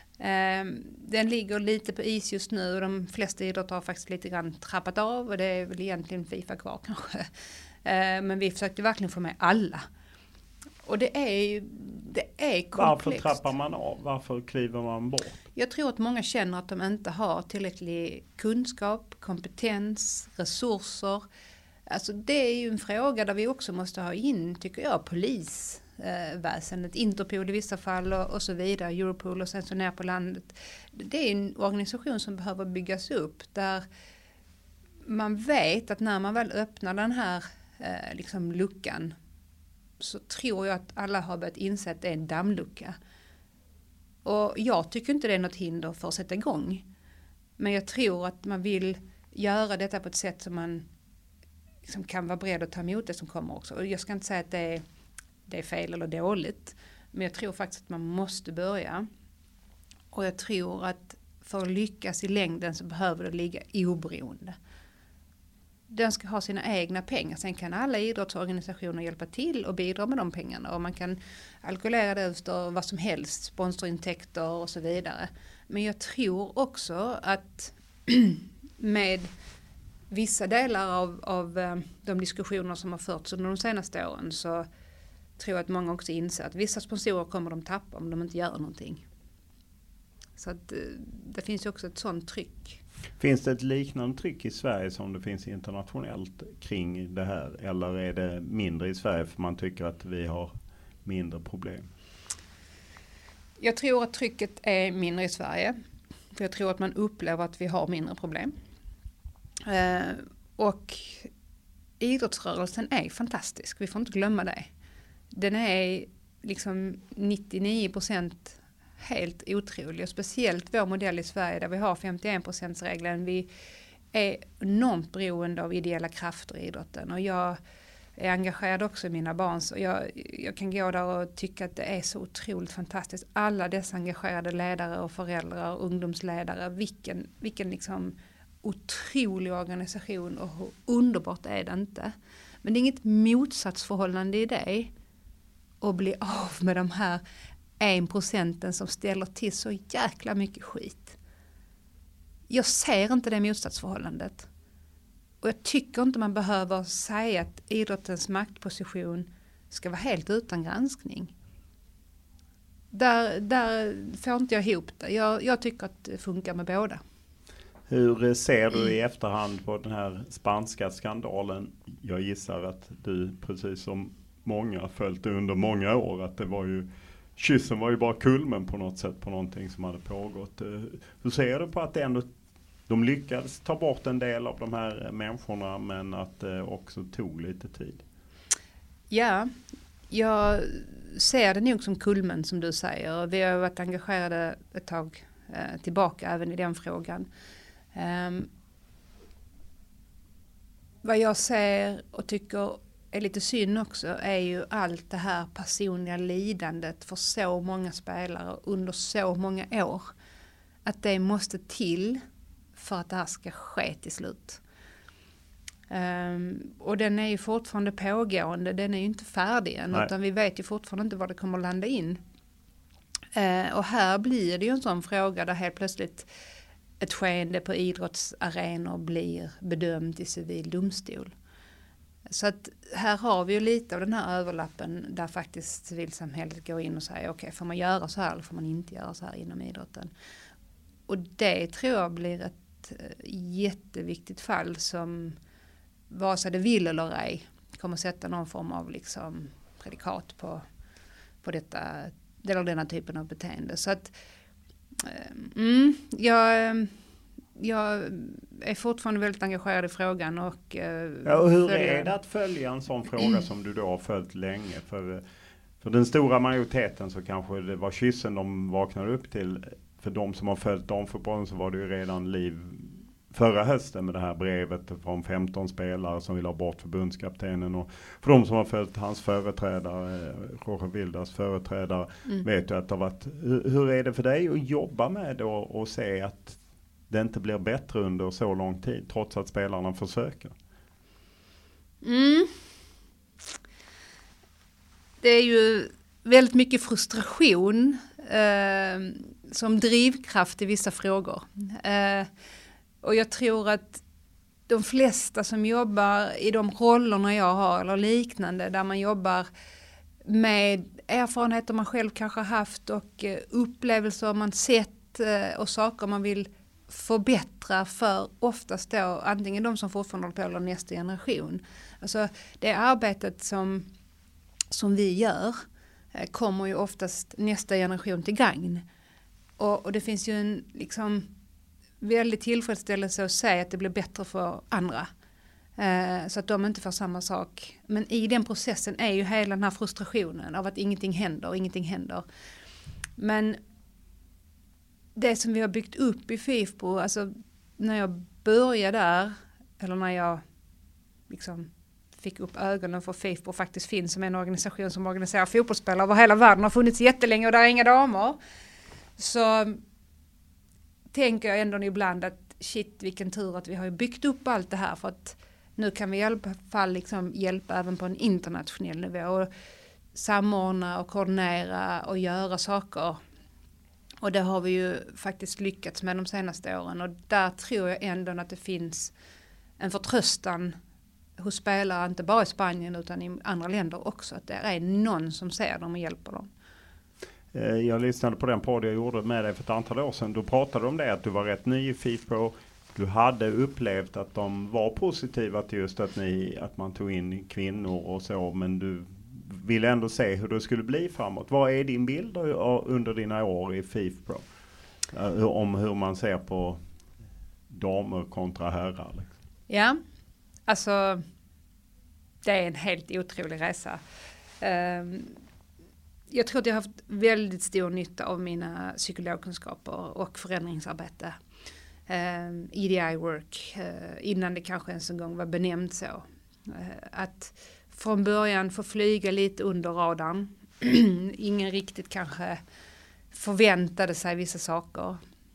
Den ligger lite på is just nu och de flesta idrotter har faktiskt lite grann trappat av och det är väl egentligen FIFA kvar kanske. Men vi försökte verkligen få med alla. Och det är ju det är komplext. Varför trappar man av? Varför kliver man bort? Jag tror att många känner att de inte har tillräcklig kunskap, kompetens, resurser. Alltså det är ju en fråga där vi också måste ha in, tycker jag, polisväsendet, Interpol i vissa fall och, och så vidare, Europol och sen så ner på landet. Det är en organisation som behöver byggas upp där man vet att när man väl öppnar den här eh, liksom luckan så tror jag att alla har börjat inse att det är en dammlucka. Och jag tycker inte det är något hinder för att sätta igång. Men jag tror att man vill göra detta på ett sätt som man liksom kan vara beredd att ta emot det som kommer också. Och jag ska inte säga att det är, det är fel eller dåligt. Men jag tror faktiskt att man måste börja. Och jag tror att för att lyckas i längden så behöver det ligga oberoende. Den ska ha sina egna pengar. Sen kan alla idrottsorganisationer hjälpa till och bidra med de pengarna. Och man kan alkylera det efter vad som helst, sponsorintäkter och så vidare. Men jag tror också att med vissa delar av, av de diskussioner som har förts under de senaste åren så tror jag att många också inser att vissa sponsorer kommer de tappa om de inte gör någonting. Så att det finns ju också ett sånt tryck. Finns det ett liknande tryck i Sverige som det finns internationellt kring det här? Eller är det mindre i Sverige för man tycker att vi har mindre problem? Jag tror att trycket är mindre i Sverige. För jag tror att man upplever att vi har mindre problem. Eh, och idrottsrörelsen är fantastisk. Vi får inte glömma det. Den är liksom nittionio procent helt otrolig. Och speciellt vår modell i Sverige där vi har femtioen procent regeln. Vi är enormt beroende av ideella krafter i idrotten. Och jag är engagerad också i mina barn. Så jag, jag kan gå där och tycka att det är så otroligt fantastiskt. Alla dessa engagerade ledare och föräldrar och ungdomsledare. Vilken, vilken liksom otrolig organisation och hur underbart är det inte. Men det är inget motsatsförhållande i det. Att bli av med de här en procenten som ställer till så jäkla mycket skit. Jag ser inte det motsatsförhållandet. Och jag tycker inte man behöver säga att idrottens maktposition ska vara helt utan granskning. Där, där får inte jag ihop det. Jag, jag tycker att det funkar med båda. Hur ser du i efterhand på den här spanska skandalen? Jag gissar att du, precis som många, följt under många år att det var ju kyssen var ju bara kulmen på något sätt på någonting som hade pågått. Hur ser du på att det ändå, de lyckades ta bort en del av de här människorna men att det också tog lite tid? Ja, jag ser det nog som kulmen som du säger. Vi har varit engagerade ett tag eh, tillbaka även i den frågan. Um, vad jag ser och tycker är lite synd också är ju allt det här personliga lidandet för så många spelare under så många år. Att det måste till för att det här ska ske till slut. Um, och den är ju fortfarande pågående, den är ju inte färdig än. Nej. Utan vi vet ju fortfarande inte var det kommer att landa in. Uh, och här blir det ju en sån fråga där helt plötsligt ett skeende på idrottsarenor blir bedömt i civil domstol. Så att här har vi ju lite av den här överlappen där faktiskt civilsamhället går in och säger okej, okay, får man göra så här eller får man inte göra så här inom idrotten? Och det tror jag blir ett jätteviktigt fall som vare sig det vill eller ej kommer sätta någon form av liksom predikat på, på detta eller denna typen av beteende. Så att mm, jag, jag är fortfarande väldigt engagerad i frågan. Och, ja, och hur följer... är det att följa en sån fråga som du då har följt länge? För, för den stora majoriteten så kanske det var kyssen de vaknade upp till. För de som har följt damfotbollen så var det ju redan liv förra hösten med det här brevet från femton spelare som vill ha bort förbundskaptenen. Och för de som har följt hans företrädare, Roger Wildas företrädare, mm. vet ju att det har varit... Hur är det för dig att jobba med det och, och se att det inte blir bättre under så lång tid trots att spelarna försöker? Mm. Det är ju väldigt mycket frustration eh, som drivkraft i vissa frågor. Eh, och jag tror att de flesta som jobbar i de rollerna jag har eller liknande, där man jobbar med erfarenheter man själv kanske har haft och eh, upplevelser man sett eh, och saker man vill förbättra för oftast då antingen de som fortfarande håller på eller nästa generation. Alltså det arbetet som, som vi gör eh, kommer ju oftast nästa generation till gagn. Och, och det finns ju en liksom väldigt tillfredsställelse att säga att det blir bättre för andra. Eh, så att de inte får samma sak. Men i den processen är ju hela den här frustrationen av att ingenting händer, ingenting händer. Men det som vi har byggt upp i FIFPro, alltså när jag började där, eller när jag liksom fick upp ögonen för FIFPro faktiskt finns som en organisation som organiserar fotbollsspelare över hela världen, har funnits jättelänge och där är inga damer. Så tänker jag ändå ibland att shit vilken tur att vi har byggt upp allt det här, för att nu kan vi i alla fall liksom hjälpa även på en internationell nivå och samordna och koordinera och göra saker. Och det har vi ju faktiskt lyckats med de senaste åren, och där tror jag ändå att det finns en förtröstan hos spelare, inte bara i Spanien utan i andra länder också, att det är någon som ser dem och hjälper dem. Jag lyssnade på den podd jag gjorde med dig för ett antal år sedan. Du pratade om det, att du var rätt ny i FIFPro. Du hade upplevt att de var positiva till just att, ni, att man tog in kvinnor och så, men du ville ändå se hur det skulle bli framåt. Vad är din bild under dina år i FIFPro? Om hur man ser på damer kontra herrar? Liksom. Ja, alltså det är en helt otrolig resa. Um, Jag tror att jag har haft väldigt stor nytta av mina psykologkunskaper och förändringsarbete. Eh, E D I work, eh, innan det kanske ens en gång var benämnt så. Eh, att från början få flyga lite under radarn. Ingen riktigt kanske förväntade sig vissa saker.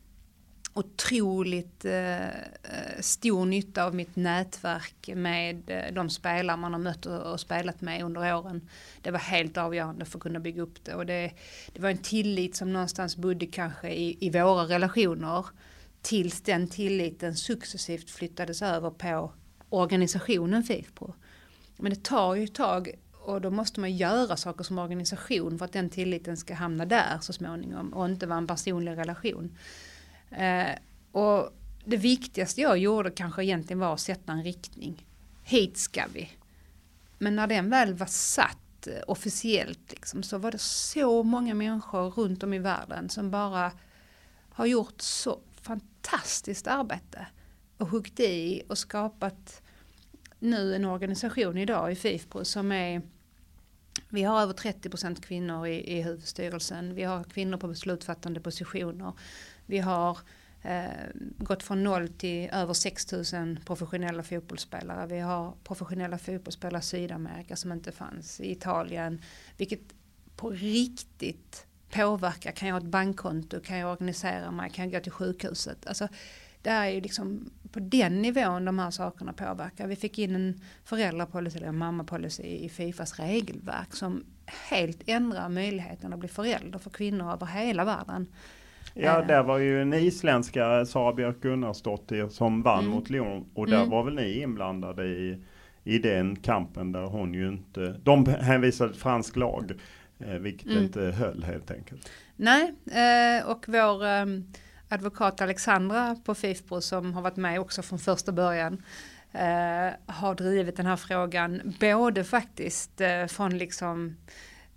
Otroligt eh, stor nytta av mitt nätverk med eh, de spelare man har mött och, och spelat med under åren. Det var helt avgörande för att kunna bygga upp det. Och det, det var en tillit som någonstans bodde kanske i, i våra relationer, tills den tilliten successivt flyttades över på organisationen FIFPro. Men det tar ju ett tag, och då måste man göra saker som organisation för att den tilliten ska hamna där så småningom och inte vara en personlig relation. Eh, och det viktigaste jag gjorde kanske egentligen var att sätta en riktning. Hit ska vi. Men när den väl var satt eh, officiellt liksom, så var det så många människor runt om i världen som bara har gjort så fantastiskt arbete och huggt i och skapat nu en organisation idag i FIFPro som är, vi har över trettio procent kvinnor i, i huvudstyrelsen. Vi har kvinnor på beslutsfattande positioner. Vi har eh, gått från noll till över sex tusen professionella fotbollsspelare. Vi har professionella fotbollsspelare i Sydamerika som inte fanns, i Italien. Vilket på riktigt påverkar. Kan jag ha ett bankkonto? Kan jag organisera mig? Kan jag gå till sjukhuset? Alltså, det är ju liksom på den nivån de här sakerna påverkar. Vi fick in en föräldrapolicy eller en mammapolicy i Fifas regelverk som helt ändrar möjligheten att bli förälder för kvinnor över hela världen. Ja, där var ju en isländska Sara Björk Gunnarsdottir som vann mm. mot Lyon. Och där mm. var väl ni inblandade i, i den kampen där hon ju inte... De hänvisade ett fransk lag, eh, vilket mm. inte höll helt enkelt. Nej, eh, och vår eh, advokat Alexandra på FIFPro som har varit med också från första början eh, har drivit den här frågan både faktiskt eh, från liksom...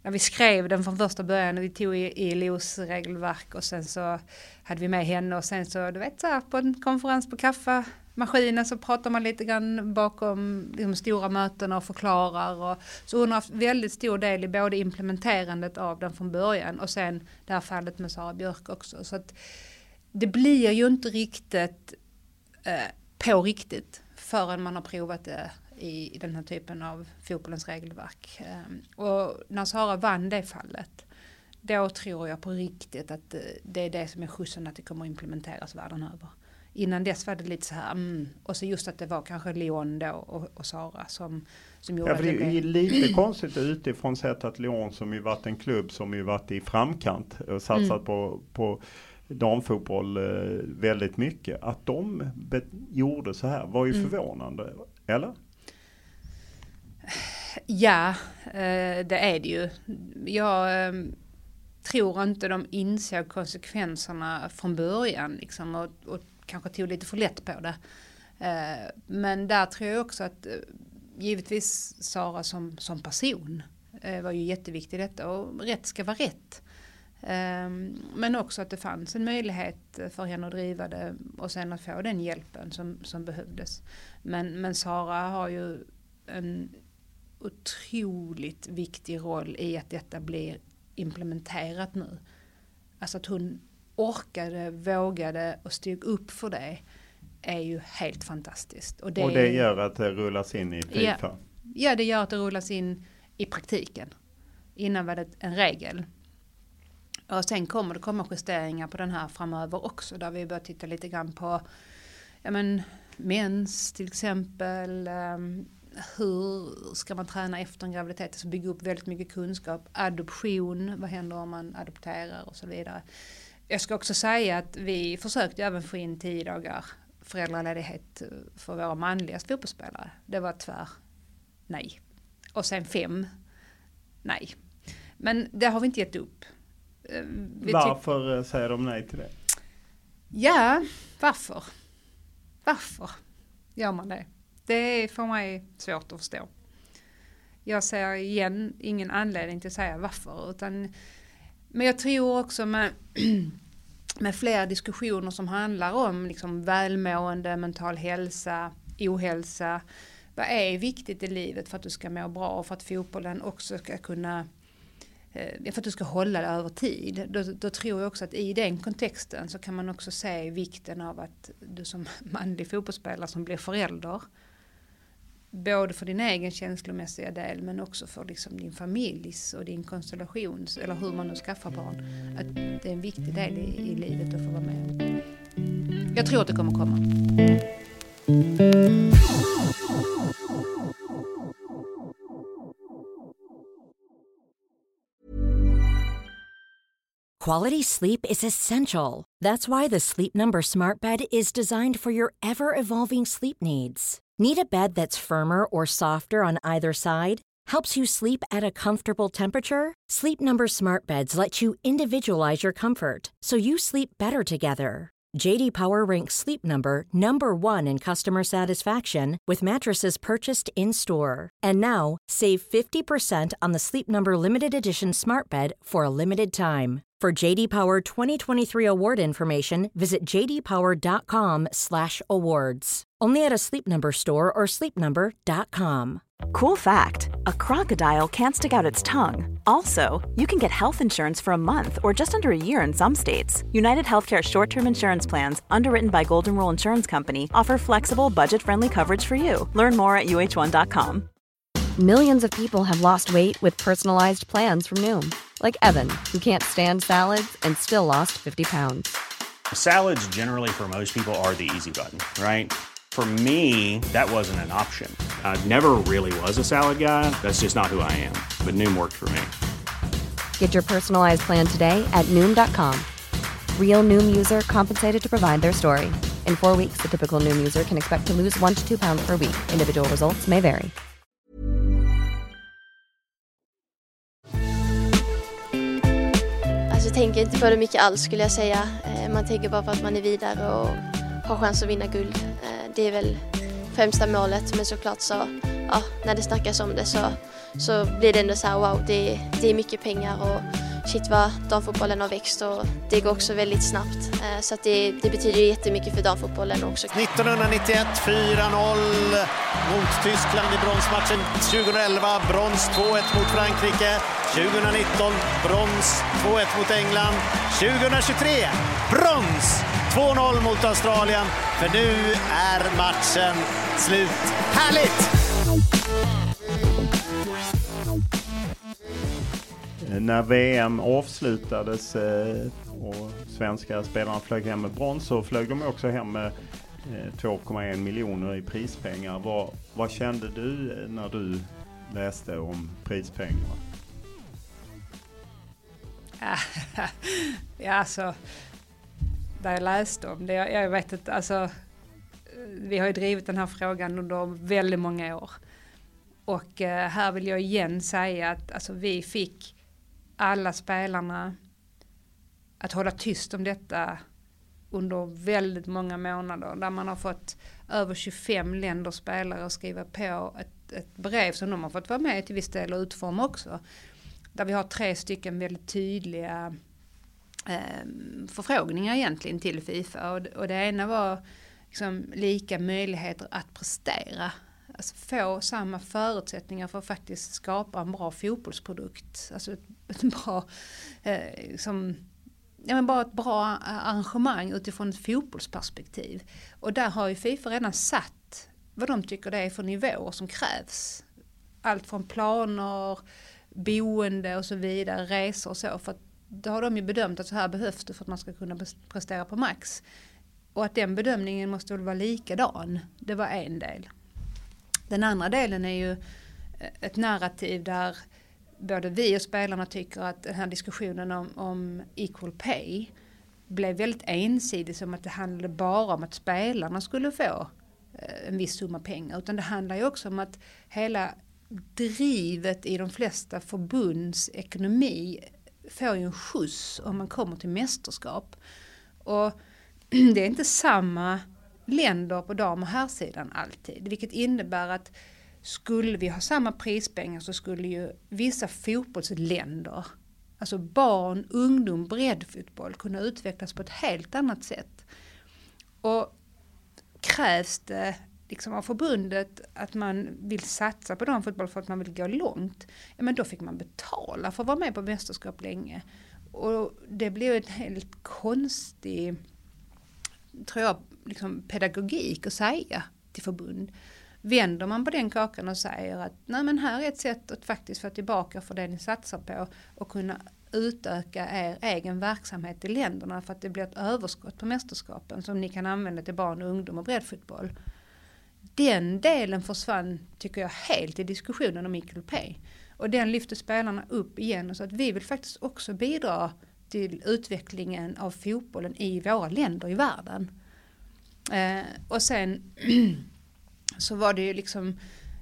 när vi skrev den från första början, vi tog i L O:s regelverk och sen så hade vi med henne och sen så, du vet så här, på en konferens på kaffemaskinen så pratar man lite grann bakom de stora mötena och förklarar. Och, så hon har haft väldigt stor del i både implementerandet av den från början och sen det här fallet med Sara Björk också. Så att det blir ju inte riktigt eh, på riktigt förrän man har provat det i, i den här typen av fotbollens regelverk. Eh, och när Sara vann det fallet, då tror jag på riktigt att det är det som är skjutsen att det kommer att implementeras världen över. Innan dess var det lite så här, mm, och så just att det var kanske Lyon då och, och Sara som, som gjorde ja, för det. Det är lite konstigt utifrån sett att Lyon som ju varit en klubb som ju varit i framkant och satsat mm. på, på damfotboll eh, väldigt mycket. Att de be- gjorde så här var ju mm. förvånande, eller? Ja, eh, det är det ju. Jag... Eh, tror inte de insåg konsekvenserna från början liksom, och, och kanske tog lite för lätt på det. Eh, men där tror jag också att eh, givetvis Sara som, som person eh, var ju jätteviktig i detta och rätt ska vara rätt. Eh, men också att det fanns en möjlighet för henne att driva det och sen att få den hjälpen som, som behövdes. Men, men Sara har ju en otroligt viktig roll i att detta blir implementerat nu. Alltså att hon orkade, vågade och stod upp för det är ju helt fantastiskt. Och det, och det gör att det rullas in i FIFA? Ja, ja, det gör att det rullas in i praktiken. Innan var det en regel. Och sen kommer det komma justeringar på den här framöver också. Där vi börjar titta lite grann på ja, men, mens till exempel. Um, hur ska man träna efter en graviditet? Så bygga upp väldigt mycket kunskap. Adoption, vad händer om man adopterar och så vidare. Jag ska också säga att vi försökte även få in tio dagar föräldraledighet för våra manliga fotbollsspelare. Det var tvär nej. Och sen fem nej. Men det har vi inte gett upp. Vi varför ty- säger de nej till det? Ja, varför? Varför gör man det? Det är för mig svårt att förstå. Jag ser igen ingen anledning till att säga varför. Utan, men jag tror också med, med flera diskussioner som handlar om liksom välmående, mental hälsa, ohälsa. Vad är viktigt i livet för att du ska må bra och för att fotbollen också ska kunna, för att du ska hålla det över tid. Då, då tror jag också att i den kontexten så kan man också se vikten av att du som manlig fotbollsspelare som blir förälder, både för din egen känslomässiga del men också för liksom din familjs och din konstellations eller hur man nu skaffar barn. Att det är en viktig del i, i livet att få vara med. Jag tror att det kommer komma. Quality sleep is essential. That's why the Sleep Number Smart Bed is designed for your ever-evolving sleep needs. Need a bed that's firmer or softer on either side? Helps you sleep at a comfortable temperature? Sleep Number Smart Beds let you individualize your comfort so you sleep better together. J D Power ranks Sleep Number number one in customer satisfaction with mattresses purchased in-store. And now, save fifty percent on the Sleep Number Limited Edition Smart Bed for a limited time. For J D Power twenty twenty-three award information, visit j d power dot com slash awards. Only at a Sleep Number store or sleep number dot com. Cool fact, a crocodile can't stick out its tongue. Also, you can get health insurance for a month or just under a year in some states. United Healthcare short-term insurance plans, underwritten by Golden Rule Insurance Company, offer flexible, budget-friendly coverage for you. Learn more at u h one dot com. Millions of people have lost weight with personalized plans from Noom. Like Evan, who can't stand salads and still lost fifty pounds. Salads generally for most people are the easy button, right? For me, that wasn't an option. I never really was a salad guy. That's just not who I am. But Noom worked for me. Get your personalized plan today at Noom dot com. Real Noom user compensated to provide their story. In four weeks, the typical Noom user can expect to lose one to two pounds per week. Individual results may vary. Alltså, jag tänker inte på det mycket alls skulle jag säga. Man tänker bara på att man är vidare och har chans att vinna guld. Det är väl främsta målet. Men såklart så, ja, när det snackas om det så, så blir det ändå så här, wow, det, det är mycket pengar och shit vad damfotbollen har växt och det går också väldigt snabbt. Så att det, det betyder ju jättemycket för damfotbollen också. nittonhundranittioett fyra noll mot Tyskland i bronsmatchen. tjugoelva brons två ett mot Frankrike. tjugonitton brons två ett mot England. tjugohundratjugotre brons två noll mot Australien. För nu är matchen slut. Härligt! När V M avslutades eh, och svenska spelarna flög hem med brons så flög de också hem med eh, två komma en miljoner i prispengar. Vad, vad kände du när du läste om prispengarna? Ja, alltså, där jag läste om det, jag, jag vet att alltså, vi har ju drivit den här frågan under väldigt många år. Och eh, här vill jag igen säga att alltså, vi fick alla spelarna att hålla tyst om detta under väldigt många månader. Där man har fått över tjugofem länder spelare att skriva på ett, ett brev som de har fått vara med till viss del och utforma också. Där vi har tre stycken väldigt tydliga eh, förfrågningar egentligen till FIFA. Och, och det ena var liksom lika möjligheter att prestera. Alltså få samma förutsättningar för att faktiskt skapa en bra fotbollsprodukt. Alltså ett, ett bra, eh, som, ja, men bara ett bra arrangemang utifrån ett fotbollsperspektiv. Och där har ju FIFA redan satt vad de tycker det är för nivåer som krävs. Allt från planer, boende och så vidare, resor och så. För att då har de ju bedömt att så här behövs det för att man ska kunna prestera på max. Och att den bedömningen måste väl vara likadan. Det var en del. Den andra delen är ju ett narrativ där både vi och spelarna tycker att den här diskussionen om, om equal pay blev väldigt ensidig, som att det handlade bara om att spelarna skulle få en viss summa pengar. Utan det handlar ju också om att hela drivet i de flesta förbunds ekonomi får ju en skjuts om man kommer till mästerskap. Och det är inte samma länder på dam- och herrsidan alltid. Vilket innebär att skulle vi ha samma prispengar så skulle ju vissa fotbollsländer, alltså barn, ungdom, breddfotboll, kunna utvecklas på ett helt annat sätt. Och krävs det liksom av förbundet att man vill satsa på damfotboll för att man vill gå långt, ja, men då fick man betala för att vara med på mästerskap länge. Och det blev en helt konstig, tror jag, liksom pedagogik att säga till förbund. Vänder man på den kakan och säger att nej, men här är ett sätt att faktiskt få tillbaka för det ni satsar på och kunna utöka er egen verksamhet i länderna för att det blir ett överskott på mästerskapen som ni kan använda till barn, ungdom och breddfotboll. Den delen försvann, tycker jag, helt i diskussionen om equal pay. Och den lyfter spelarna upp igen och så att vi vill faktiskt också bidra till utvecklingen av fotbollen i våra länder i världen. Eh, och sen så var det ju liksom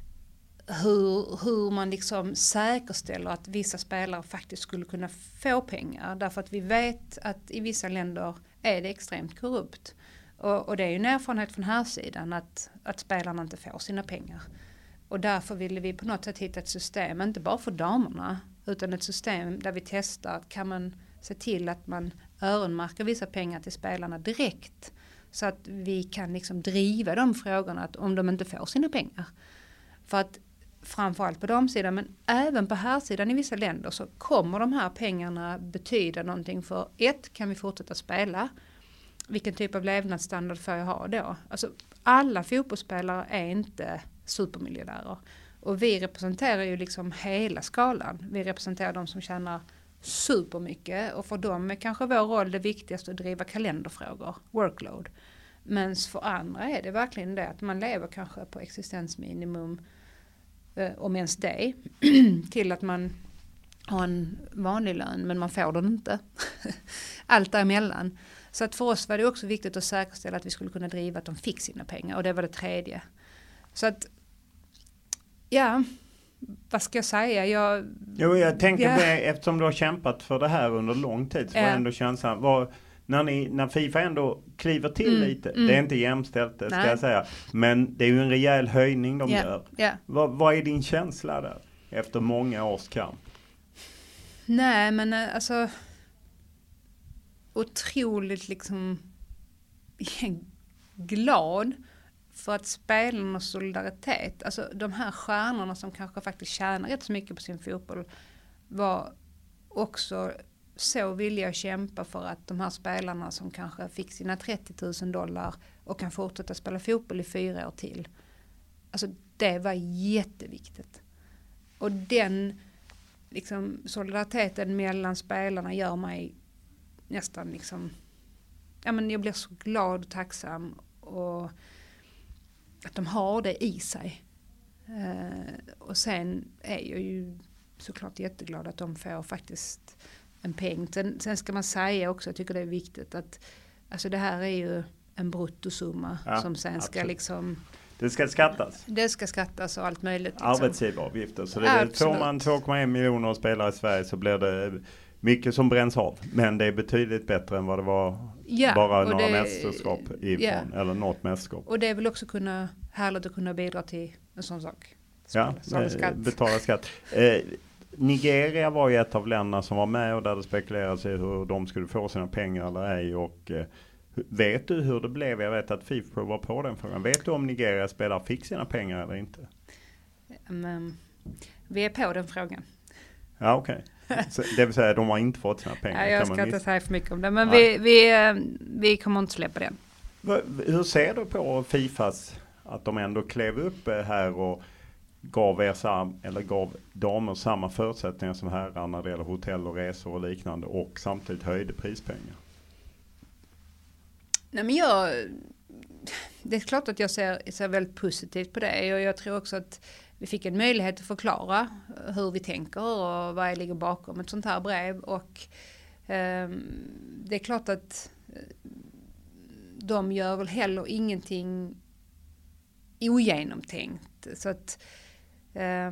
hur, hur man liksom säkerställer att vissa spelare faktiskt skulle kunna få pengar. Därför att vi vet att i vissa länder är det extremt korrupt. Och, och det är ju en erfarenhet från här sidan att, att spelarna inte får sina pengar. Och därför ville vi på något sätt hitta ett system, inte bara för damerna, utan ett system där vi testar, kan man se till att man öronmärker vissa pengar till spelarna direkt. Så att vi kan liksom driva de frågorna att om de inte får sina pengar. För att framförallt på damsidan, men även på här sidan i vissa länder, så kommer de här pengarna betyda någonting för ett, kan vi fortsätta spela? Vilken typ av levnadsstandard får jag ha då? Alltså alla fotbollsspelare är inte supermiljardärer. Och vi representerar ju liksom hela skalan. Vi representerar de som tjänar supermycket, och för dem är kanske vår roll det viktigaste att driva kalenderfrågor, workload. Men för andra är det verkligen det att man lever kanske på existensminimum, om ens det, till att man har en vanlig lön men man får den inte. Allt däremellan. Så att för oss var det också viktigt att säkerställa att vi skulle kunna driva att de fick sina pengar, och det var det tredje. Så att, ja, vad ska jag säga? Jag, jo, jag tänker ja. det, eftersom du har kämpat för det här under lång tid, så var ja. ändå känslan, var, när, ni, när FIFA ändå kliver till Mm, lite, mm. det är inte jämställt, det ska Nej. jag säga, men det är ju en rejäl höjning de Ja, gör. ja. Vad, vad är din känsla där efter många års kamp? Nej, men eh, alltså otroligt liksom glad för att spelarnas solidaritet, alltså de här stjärnorna som kanske faktiskt tjänar rätt så mycket på sin fotboll, var också så villiga att kämpa för att de här spelarna som kanske fick sina trettio tusen dollar och kan fortsätta spela fotboll i fyra år till. Alltså det var jätteviktigt. Och den liksom solidariteten mellan spelarna gör mig nästan liksom, ja men jag blir så glad och tacksam och att de har det i sig. Eh, och sen är jag ju såklart jätteglad att de får faktiskt en peng. Sen, sen ska man säga också, jag tycker det är viktigt att alltså det här är ju en bruttosumma Ja, som sen ska absolut. liksom, Det ska skattas. det ska skattas och allt möjligt. Liksom. Arbetsgivaravgifter. Så det är, får man två komma en miljoner spelare i Sverige så blir det mycket som bränns av. Men det är betydligt bättre än vad det var Ja, bara och några det- mästerskap ifrån. ja. Eller något mästerskap. Och det är väl också kunna, härligt att kunna bidra till en sån sak. Ja, Som eh, skatt. betala skatt. Eh, Nigeria var ju ett av länderna som var med och där det spekulerades i hur de skulle få sina pengar eller ej. Och, eh, vet du hur det blev? Jag vet att FIFA var på den frågan. Vet du om Nigeria spelare fick sina pengar eller inte? Men, vi är på den frågan. Ja, okej. Okay. Det vill säga de har inte fått sina pengar. Ja, jag kan man ska inte miss- säga för mycket om det. Men Nej. vi, vi, eh, vi kommer inte släppa den. Va- Hur ser du på FIFAs att de ändå klev upp eh, här och gav er sam, eller gav damer samma förutsättningar som herrar när det gäller hotell och resor och liknande och samtidigt höjde prispengar? Nej, men jag, det är klart att jag ser, ser väldigt positivt på det och jag tror också att vi fick en möjlighet att förklara hur vi tänker och vad ligger bakom ett sånt här brev och eh, det är klart att de gör väl heller ingenting ogenomtänkt så att eh,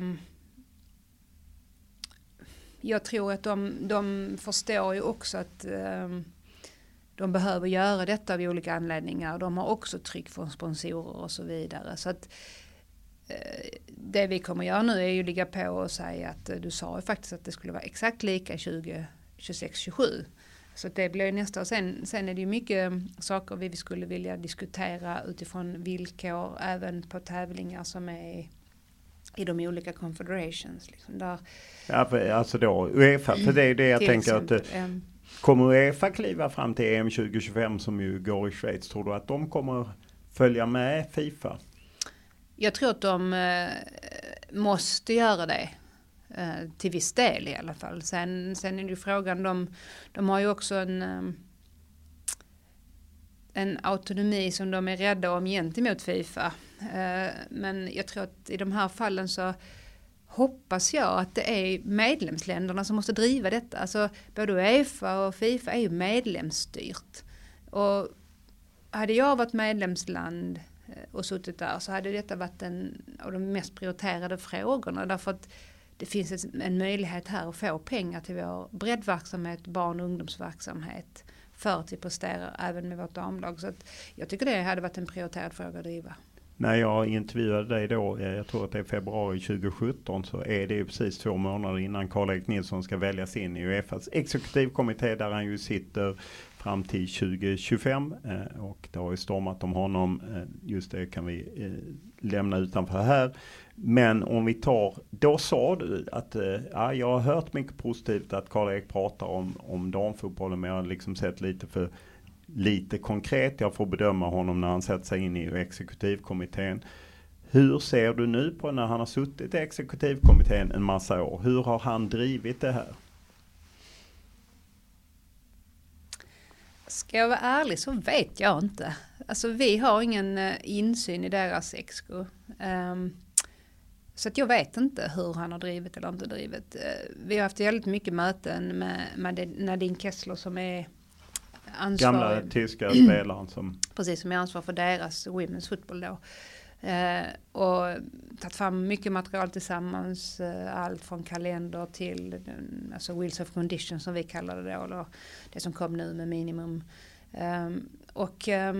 jag tror att de, de förstår ju också att eh, de behöver göra detta av olika anledningar. De har också tryck från sponsorer och så vidare. Så att eh, det vi kommer göra nu är ju ligga på och säga att eh, du sa ju faktiskt att det skulle vara exakt lika tjugo tjugosex tjugosju. Så att det blir nästa. Och sen, sen är det ju mycket saker vi skulle vilja diskutera utifrån villkor även på tävlingar som är i de olika confederations. Liksom där, Ja, för, alltså då UEFA, för det är det jag till tänker att exempel, eh, em, kommer UEFA kliva fram till E M tjugo tjugofem som ju går i Schweiz? Tror du att de kommer följa med FIFA? Jag tror att de eh, måste göra det. Eh, till viss del i alla fall. Sen, sen är det ju frågan, de, de har ju också en, eh, en autonomi som de är rädda om gentemot FIFA. Eh, men jag tror att i de här fallen så hoppas jag att det är medlemsländerna som måste driva detta. Alltså både UEFA och FIFA är ju medlemsstyrt. Och hade jag varit medlemsland och suttit där så hade detta varit en av de mest prioriterade frågorna. Därför att det finns en möjlighet här att få pengar till vår breddverksamhet, barn- och ungdomsverksamhet för att vi presterar även med vårt damlag. Så att jag tycker det hade varit en prioriterad fråga att driva. När jag intervjuade dig då, jag tror att det är februari tjugo sjutton, så är det ju precis två månader innan Karl-Erik Nilsson ska väljas in i UEFAs exekutivkommitté där han ju sitter fram till tjugo tjugofem eh, och det har ju stormat om honom, eh, just det kan vi eh, lämna utanför här. Men om vi tar, då sa du att eh, ja, jag har hört mycket positivt att Karl-Erik pratar om, om damfotbollen, men jag har liksom sett lite för lite konkret. Jag får bedöma honom när han sätter sig in i exekutivkommittén. Hur ser du nu på när han har suttit i exekutivkommittén en massa år? Hur har han drivit det här? Ska jag vara ärlig så vet jag inte. Alltså vi har ingen uh, insyn i deras exco. Um, så att jag vet inte hur han har drivit eller inte drivit. Uh, vi har haft väldigt mycket möten med, med Nadine Kessler som är ansvarig. Gamla tyska spelaren som... Precis, som är ansvarig för deras women's football då. Eh, och tagit fram mycket material tillsammans, eh, allt från kalender till eh, alltså Wheels of Condition som vi kallar det då, eller det som kom nu med minimum. Eh, och eh,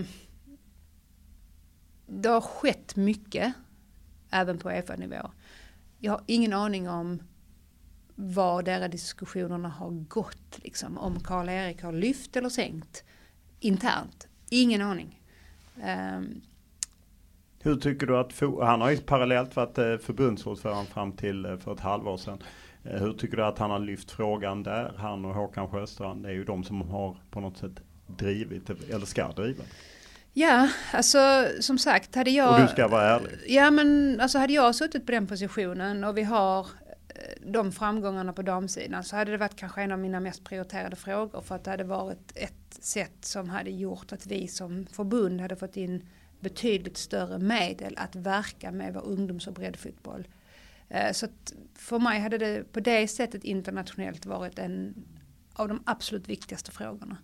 det har skett mycket även på UEFA-nivå. Jag har ingen aning om var deras diskussionerna har gått, liksom, om Karl-Erik har lyft eller sänkt internt. Ingen aning. Eh, Hur tycker du att, han har ju parallellt varit förbundsordförande fram till för ett halvår sedan. Hur tycker du att han har lyft frågan där? Han och Håkan Sjöstrand, det är ju de som har på något sätt drivit, eller ska driva. Ja, alltså som sagt, hade jag... Och du ska vara ärlig. Ja, men alltså hade jag suttit på den positionen och vi har de framgångarna på damsidan, så hade det varit kanske en av mina mest prioriterade frågor, för att det hade varit ett sätt som hade gjort att vi som förbund hade fått in betydligt större medel att verka med vår ungdoms- och breddfotboll. Så att för mig hade det på det sättet internationellt varit en av de absolut viktigaste frågorna.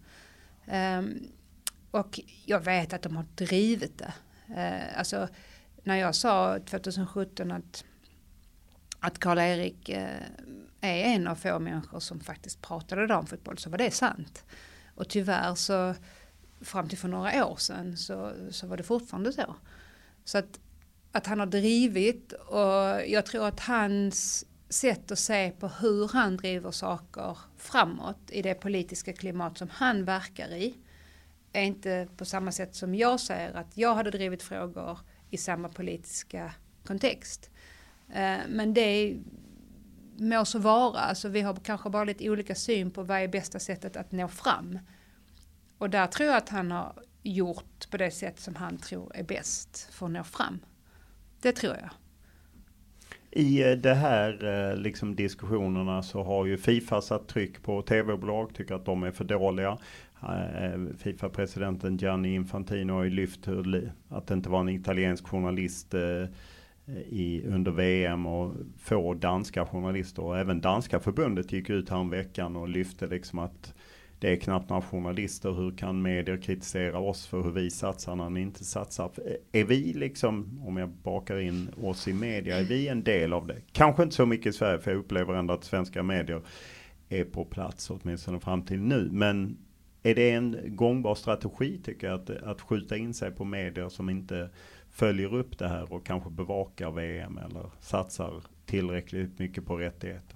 Och jag vet att de har drivit det. Alltså när jag sa tjugohundrasjutton att, att Karl-Erik är en av få människor som faktiskt pratade damfotboll, så var det sant. Och tyvärr så fram till för några år sedan så, så var det fortfarande så. Så att, att han har drivit, och jag tror att hans sätt att se på hur han driver saker framåt i det politiska klimat som han verkar i är inte på samma sätt som jag säger att jag hade drivit frågor i samma politiska kontext. Men det må så vara. Alltså vi har kanske bara lite olika syn på vad är bästa sättet att nå fram. Och där tror jag att han har gjort på det sätt som han tror är bäst för att nå fram. Det tror jag. I det här liksom diskussionerna så har ju FIFA satt tryck på tv-bolag, tycker att de är för dåliga. FIFA-presidenten Gianni Infantino har ju lyft att det inte var en italiensk journalist i, under V M, och få danska journalister. Och även danska förbundet gick ut här en veckan och lyfte liksom att det är knappt några journalister. Hur kan medier kritisera oss för hur vi satsar när ni inte satsar? Är vi liksom, om jag bakar in oss i media, är vi en del av det? Kanske inte så mycket i Sverige, för jag upplever ändå att svenska medier är på plats åtminstone fram till nu. Men är det en gångbar strategi, tycker jag, att, att skjuta in sig på medier som inte följer upp det här och kanske bevakar V M eller satsar tillräckligt mycket på rättigheter?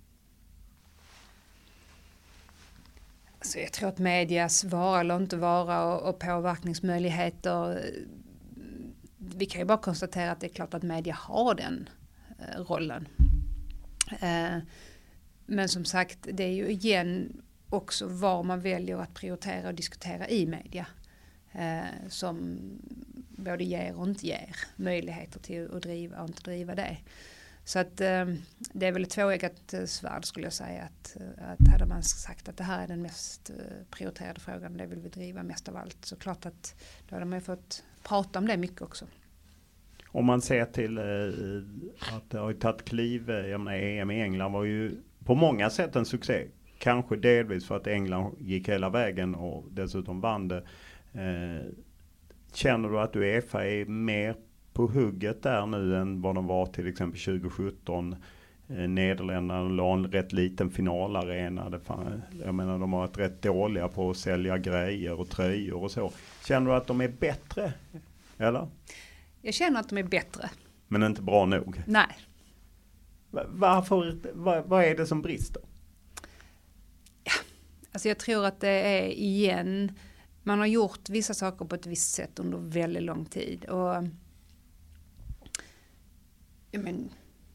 Så jag tror att medias vara eller inte vara och, och påverkningsmöjligheter, vi kan ju bara konstatera att det är klart att media har den eh, rollen. Eh, men som sagt, det är ju igen också var man väljer att prioritera och diskutera i media eh, som både ger och inte ger möjligheter till att driva och inte driva det. Så att eh, det är väl ett tvåeggat svärd, skulle jag säga, att, att hade man sagt att det här är den mest prioriterade frågan, det vill vi driva mest av allt, så klart att då hade man fått prata om det mycket också. Om man ser till eh, att det har tagit kliv, jag menar E M i England var ju på många sätt en succé. Kanske delvis för att England gick hela vägen och dessutom vann det. Eh, känner du att UEFA är mer på hugget där nu än vad de var till exempel tjugohundrasjutton? Eh, Nederländerna la en rätt liten finalarena. Det fan, jag menar, de har varit rätt dåliga på att sälja grejer och tröjor och så. Känner du att de är bättre? Eller? Jag känner att de är bättre. Men inte bra nog? Nej. Varför, vad, vad är det som brister? Ja, alltså jag tror att det är igen, man har gjort vissa saker på ett visst sätt under väldigt lång tid. Och jag, men,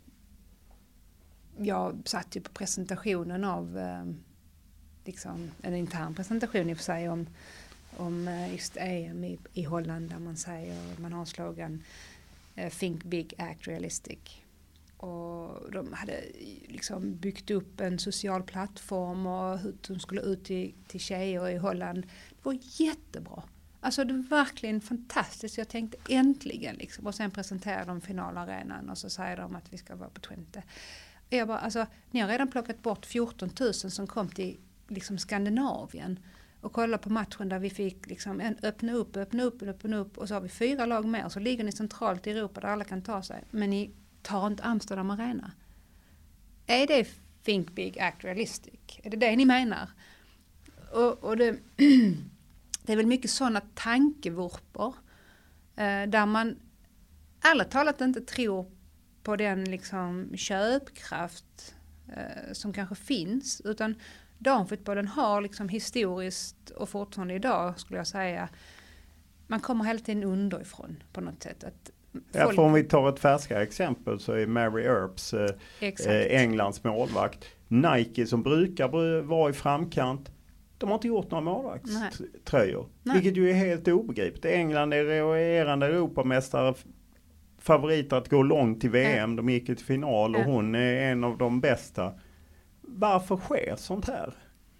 jag satt ju på presentationen av eh, liksom, en intern presentation i och för sig om, om just E M i, i Holland, där man säger, man har slogan uh, Think Big, Act Realistic. Och de hade liksom byggt upp en social plattform och hur de skulle ut till, till tjejer i Holland. Det var jättebra. Alltså det var verkligen fantastiskt. Jag tänkte äntligen liksom. Och sen presenterade de finalarenan och så säger de att vi ska vara på Twente. Och jag bara, alltså, ni har redan plockat bort fjorton tusen som kom till liksom Skandinavien. och kolla på matchen där vi fick liksom en, öppna upp, öppna upp, öppna upp och så har vi fyra lag med och så ligger ni centralt i Europa där alla kan ta sig. Men ni tar inte Amsterdam Arena. Är det think big, act realistic? Är det det ni menar? Och, och det, det är väl mycket sådana tankevurpor eh, där man ärligt talat inte tror på den liksom köpkraft eh, som kanske finns, utan damfotbollen har liksom historiskt och fortfarande idag skulle jag säga, man kommer hela tiden underifrån på något sätt. Att folk... Ja, för om vi tar ett färskare exempel så är Mary Earps eh, eh, Englands målvakt. Nike som brukar vara i framkant, de har inte gjort några målvaktströjor. Vilket ju är helt obegripligt. England är regerande Europamästare, favoriter att gå långt i V M. Ja. De gick till final och ja. Hon är en av de bästa. Varför sker sånt här?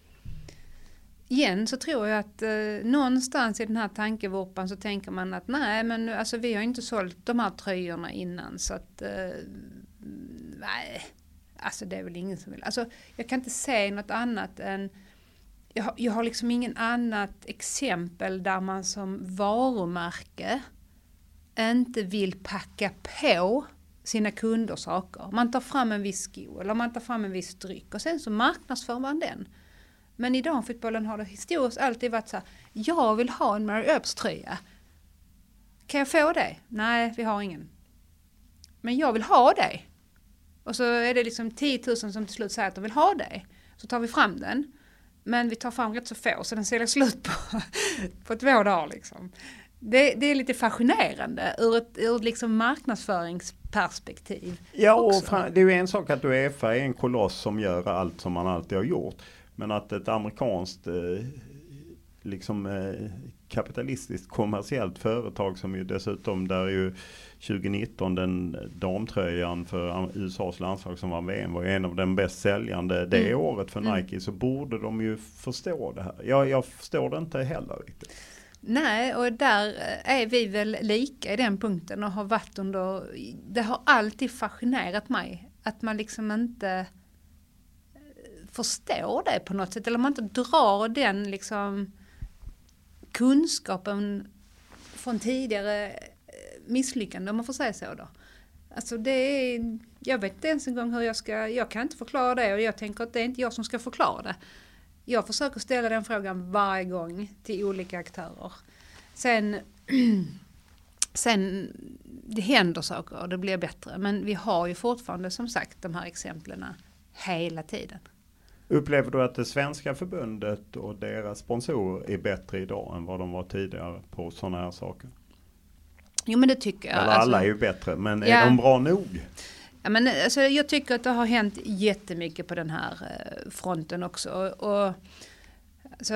Igen så tror jag att eh, någonstans i den här tankevurpan så tänker man att nej, men alltså, vi har inte sålt de här tröjorna innan så att eh, nej, alltså det är väl ingen som vill. Alltså jag kan inte säga något annat än jag har, jag har liksom ingen annat exempel där man som varumärke inte vill packa på sina kunder saker. Man tar fram en viss sko eller man tar fram en viss dryck och sen så marknadsför man den. Men i damfotbollen har det historiskt alltid varit så här, jag vill ha en Mary Earps tröja. Kan jag få det? Nej, vi har ingen. Men jag vill ha det. Och så är det liksom tio tusen som till slut säger att de vill ha det. Så tar vi fram den. Men vi tar fram rätt så få så den säljer slut på, på två dagar liksom. Det, det är lite fascinerande ur ett ur liksom marknadsföringsperspektiv. Ja, och fram, det är ju en sak att UEFA är en koloss som gör allt som man alltid har gjort. Men att ett amerikanskt eh, liksom eh, kapitalistiskt kommersiellt företag som ju dessutom där är ju tjugonitton den damtröjan för U S A:s landslag som var V M var en av den bäst säljande det mm. året för Nike mm. så borde de ju förstå det här. Jag, jag förstår det inte heller riktigt. Nej, och där är vi väl lika i den punkten och har varit under, det har alltid fascinerat mig att man liksom inte förstår det på något sätt eller man inte drar den liksom kunskapen från tidigare misslyckande om man får säga så då. Alltså det är, jag vet inte ens en gång hur jag ska, jag kan inte förklara det och jag tänker att det är inte jag som ska förklara det. Jag försöker ställa den frågan varje gång till olika aktörer. Sen, sen det händer saker och det blir bättre. Men vi har ju fortfarande som sagt de här exemplen hela tiden. Upplever du att det svenska förbundet och deras sponsorer är bättre idag än vad de var tidigare på sådana här saker? Jo, men det tycker jag. Eller alla alltså, är ju bättre, men ja, är de bra nog? Ja, men alltså, jag tycker att det har hänt jättemycket på den här eh, fronten också. Och, och alltså,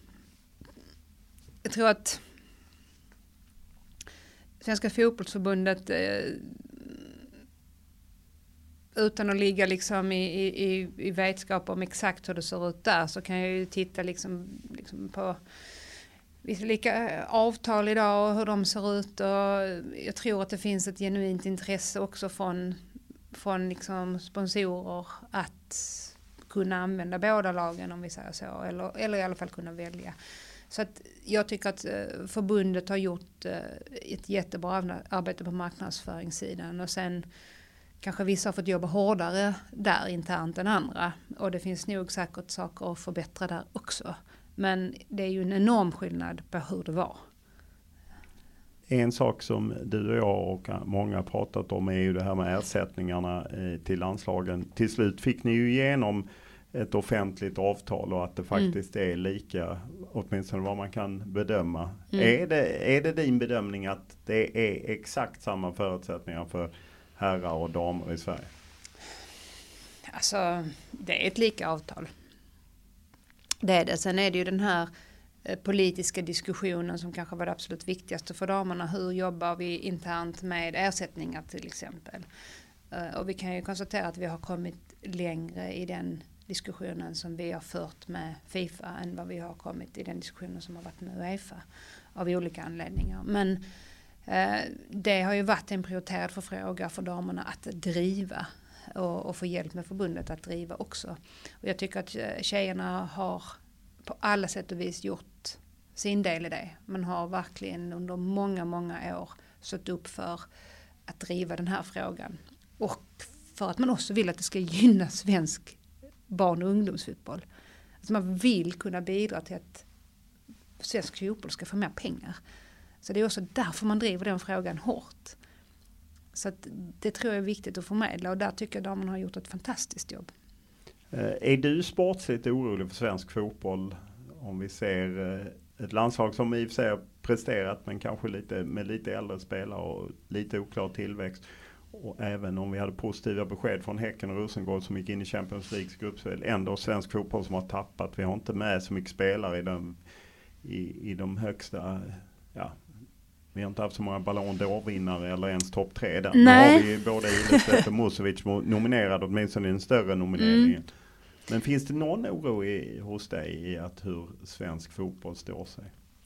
jag tror att Svenska fotbollsförbundet eh, utan att ligga liksom i, i, i vetskap om exakt hur det ser ut där så kan jag ju titta liksom, liksom på vilka avtal idag och hur de ser ut och jag tror att det finns ett genuint intresse också från, från liksom sponsorer att kunna använda båda lagen om vi säger så eller, eller i alla fall kunna välja. Så att jag tycker att förbundet har gjort ett jättebra arbete på marknadsföringssidan och sen kanske vissa har fått jobba hårdare där internt än andra och det finns nog säkert saker att förbättra där också. Men det är ju en enorm skillnad på hur det var. En sak som du och jag och många har pratat om är ju det här med ersättningarna till landslagen. Till slut fick ni ju igenom ett offentligt avtal och att det faktiskt mm. är lika, åtminstone vad man kan bedöma. Mm. Är det, är det din bedömning att det är exakt samma förutsättningar för herrar och damer i Sverige? Alltså, det är ett lika avtal. Det är det. Sen är det ju den här eh, politiska diskussionen som kanske var det absolut viktigaste för damerna. Hur jobbar vi internt med ersättningar till exempel? Eh, och vi kan ju konstatera att vi har kommit längre i den diskussionen som vi har fört med FIFA än vad vi har kommit i den diskussionen som har varit med UEFA av olika anledningar. Men eh, det har ju varit en prioriterad fråga för damerna att driva och, och få hjälp med förbundet att driva också. Och jag tycker att tjejerna har på alla sätt och vis gjort sin del i det. Man har verkligen under många, många år stått upp för att driva den här frågan. Och för att man också vill att det ska gynna svensk barn- och ungdomsfotboll. Alltså man vill kunna bidra till att svensk fotboll ska få mer pengar. Så det är också därför man driver den frågan hårt. Så att det tror jag är viktigt att förmedla och där tycker jag att damerna har gjort ett fantastiskt jobb. Är du sportsligt orolig för svensk fotboll om vi ser ett landslag som i och för sig har presterat men kanske lite, med lite äldre spelare och lite oklar tillväxt? Och även om vi hade positiva besked från Häcken och Rosengård som gick in i Champions Leagues gruppspel, ändå svensk fotboll som har tappat. Vi har inte med så mycket spelare i de, i, i de högsta, ja, vi har inte haft så många Ballon d'Or-vinnare eller ens topp tre där. Nej. Nu har vi både Ilestedt och Musovic nominerade åtminstone i den större nomineringen. Mm. Men finns det någon oro i, hos dig i att hur svensk fotboll står sig?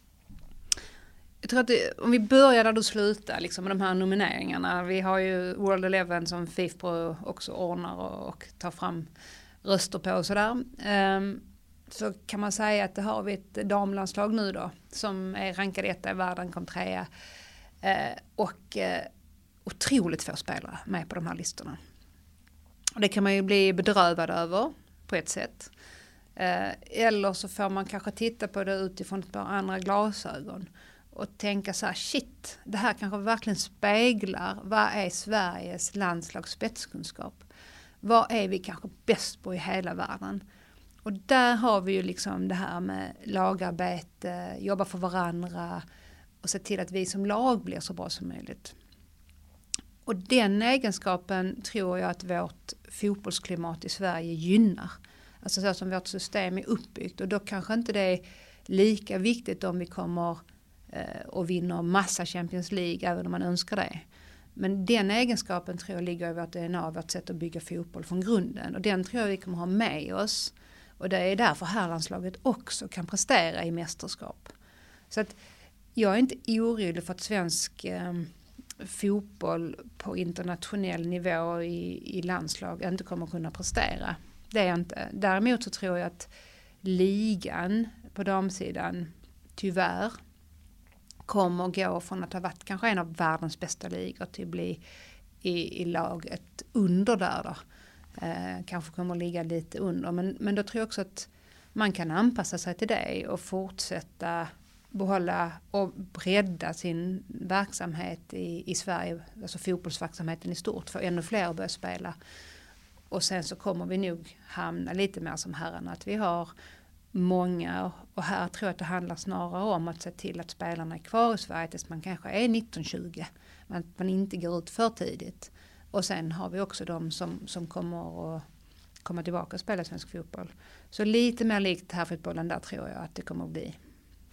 Jag tror att det, om vi börjar där du slutar liksom, med de här nomineringarna. Vi har ju World Eleven som Fifpro också ordnar och, och tar fram röster på och sådär. Um, så kan man säga att det har vi ett damlandslag nu då som är rankad etta i världen, kom trea. Uh, och uh, otroligt få spelare med på de här listorna. Och det kan man ju bli bedrövad över på ett sätt. Uh, eller så får man kanske titta på det utifrån ett par andra glasögon. Och tänka så här, shit, det här kanske verkligen speglar vad är Sveriges landslags spetskunskap. Vad är vi kanske bäst på i hela världen? Och där har vi ju liksom det här med lagarbete, jobba för varandra och se till att vi som lag blir så bra som möjligt. Och den egenskapen tror jag att vårt fotbollsklimat i Sverige gynnar. Alltså så som vårt system är uppbyggt. Och då kanske inte det är lika viktigt om vi kommer och vinner massa Champions League även om man önskar det. Men den egenskapen tror jag ligger i vårt D N A, vårt sätt att bygga fotboll från grunden. Och den tror jag vi kommer ha med oss. Och det är därför herrlandslaget också kan prestera i mästerskap. Så att jag är inte orolig för att svensk eh, fotboll på internationell nivå i, i landslag inte kommer kunna prestera. Det är jag inte. Däremot så tror jag att ligan på damsidan tyvärr kommer gå från att ha varit kanske en av världens bästa ligor till att bli i, i laget under där då. Eh, kanske kommer ligga lite under. Men, men då tror jag också att man kan anpassa sig till det och fortsätta behålla och bredda sin verksamhet i, i Sverige. Alltså fotbollsverksamheten i stort för ännu fler att börja spela. Och sen så kommer vi nog hamna lite mer som herrarna. Att vi har många, och här tror jag att det handlar snarare om att se till att spelarna är kvar i Sverige tills man kanske är nitton tjugo. Men att man inte går ut för tidigt. Och sen har vi också de som, som kommer att komma tillbaka och spela svensk fotboll. Så lite mer likt här fotbollen där tror jag att det kommer att bli.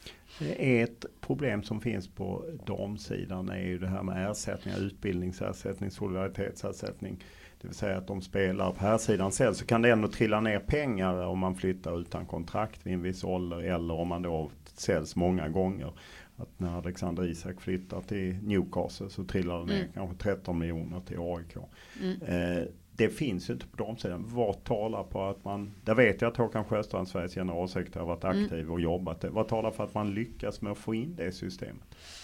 Ett problem som finns på damsidan är ju det här med ersättningar, utbildningsersättning, solidaritetsersättning. Det vill säga att de spelar på här sidan själv så kan det ändå trilla ner pengar om man flyttar utan kontrakt vid en viss ålder eller om man då säljs många gånger. Att när Alexander Isak flyttar till Newcastle så trillar det ner mm. kanske tretton miljoner till A I K. Mm. Eh, det finns ju inte på damsidan. Vad talar på att man, där vet jag att Håkan Sjöstrand, Sveriges generalsekreterare, har varit aktiv mm. och jobbat. Vad talar för att man lyckas med att få in det i systemet?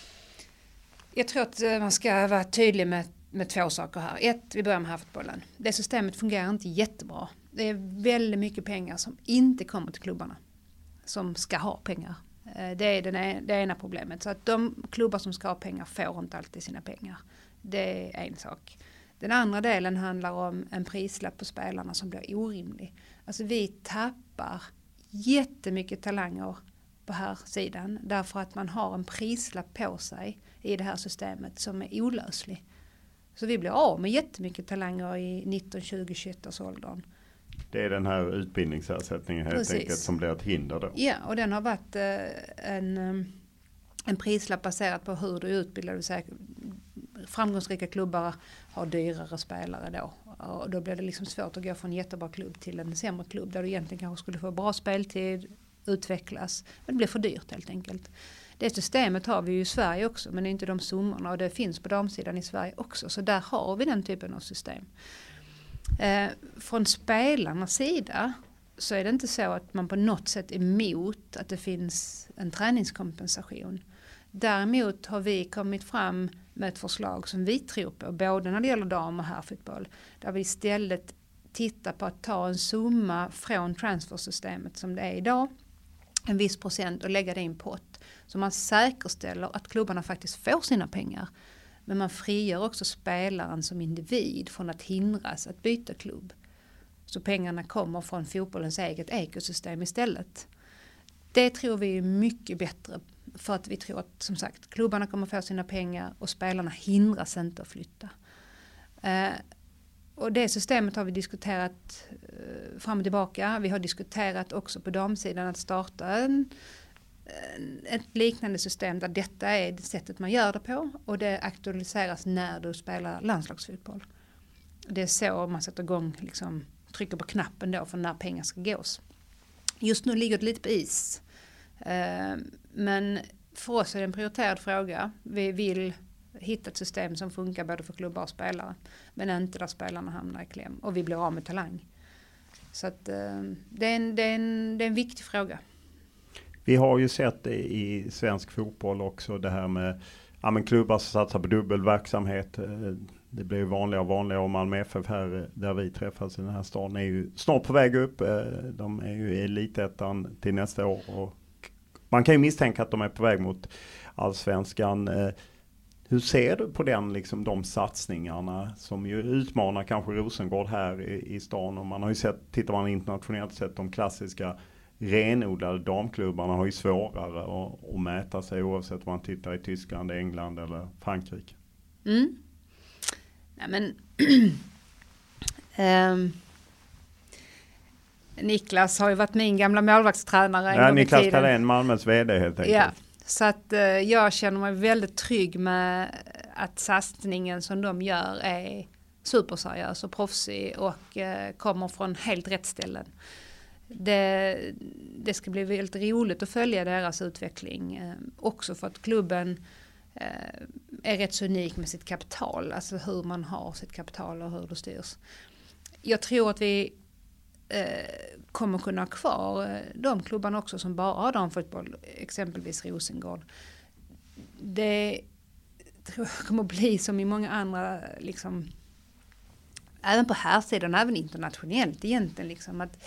Jag tror att man ska vara tydlig med med två saker här. Ett, vi börjar med herrfotbollen. Det systemet fungerar inte jättebra. Det är väldigt mycket pengar som inte kommer till klubbarna. Som ska ha pengar. Det är det, det ena problemet. Så att de klubbar som ska ha pengar får inte alltid sina pengar. Det är en sak. Den andra delen handlar om en prislapp på spelarna som blir orimlig. Alltså vi tappar jättemycket talanger på här sidan. Därför att man har en prislapp på sig i det här systemet som är olöslig. Så vi blir av med jättemycket talanger i nitton, tjugo, tjugoett års åldern. Det är den här utbildningsersättningen helt Precis. enkelt som blir ett hinder då. Ja, och den har varit eh, en, en prislapp baserad på hur du är utbildad. Det vill säga, framgångsrika klubbar har dyrare spelare då. Och då blir det liksom svårt att gå från en jättebra klubb till en sämre klubb. Där du egentligen kanske skulle få bra speltid, utvecklas. Men det blir för dyrt helt enkelt. Det systemet har vi ju i Sverige också, men det är inte de summorna, och det finns på damsidan i Sverige också. Så där har vi den typen av system. Eh, från spelarnas sida så är det inte så att man på något sätt är emot att det finns en träningskompensation. Däremot har vi kommit fram med ett förslag som vi tror på, både när det gäller dam- och herrfotboll, där vi istället tittar på att ta en summa från transfersystemet som det är idag, en viss procent, och lägga det i en pott. Så man säkerställer att klubbarna faktiskt får sina pengar. Men man frigör också spelaren som individ från att hindras att byta klubb. Så pengarna kommer från fotbollens eget ekosystem istället. Det tror vi är mycket bättre, för att vi tror att, som sagt, klubbarna kommer få sina pengar och spelarna hindras inte att flytta. Eh, och det systemet har vi diskuterat eh, fram och tillbaka. Vi har diskuterat också på damsidan att starta en, en, ett liknande system där detta är det sättet man gör det på, och det aktualiseras när du spelar landslagsfotboll. Det är så man sätter igång, liksom, trycker på knappen då för när pengar ska gås. Just nu ligger det lite på is. Eh, men för oss är det en prioriterad fråga. Vi vill hitta ett system som funkar både för klubbar och spelare, men inte där spelarna hamnar i kläm och vi blir av med talang. Så att, eh, det, är en, det, är en, det är en viktig fråga. Vi har ju sett det i svensk fotboll också, det här med ja, men klubbar som satsar på dubbelverksamhet. Det blir ju vanligare och vanligare, om Malmö F F här där vi träffas i den här staden är ju snart på väg upp. De är ju i elitettan till nästa år och man kan ju misstänka att de är på väg mot allsvenskan. Hur ser du på den, liksom, de satsningarna som ju utmanar kanske Rosengård här i, i stan? Och man har ju sett, tittar man internationellt sett, de klassiska renodlade damklubbarna har ju svårare att, att mäta sig oavsett om man tittar i Tyskland, England eller Frankrike. Mm. Nej, men um, Niklas har ju varit min gamla målvaktstränare. Ja, Niklas Carlén, Malmös vd helt enkelt. Ja, så att uh, jag känner mig väldigt trygg med att satsningen som de gör är superseriös och proffsig och uh, kommer från helt rätt ställen. Det, det ska bli väldigt roligt att följa deras utveckling. Eh, också för att klubben eh, är rätt så unik med sitt kapital. Alltså hur man har sitt kapital och hur det styrs. Jag tror att vi eh, kommer kunna ha kvar eh, de klubbarna också som bara har damfotboll. Exempelvis Rosengård. Det tror jag kommer bli som i många andra, liksom, även på här sidan, även internationellt egentligen, liksom, att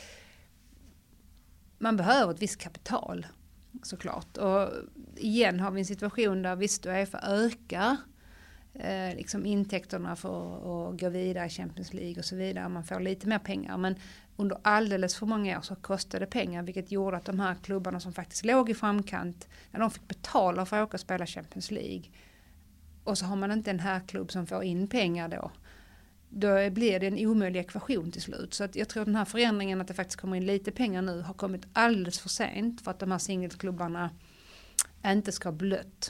man behöver ett visst kapital, såklart. Och igen har vi en situation där visst UEFA ökar eh, liksom intäkterna för att gå vidare i Champions League och så vidare. Man får lite mer pengar, men under alldeles för många år så kostade det pengar, vilket gjorde att de här klubbarna som faktiskt låg i framkant, när de fick betala för att åka och spela Champions League, och så har man inte en här klubb som får in pengar då, då blir det en omöjlig ekvation till slut. Så att jag tror att den här förändringen, att det faktiskt kommer in lite pengar nu, har kommit alldeles för sent för att de här singelklubbarna inte ska blött.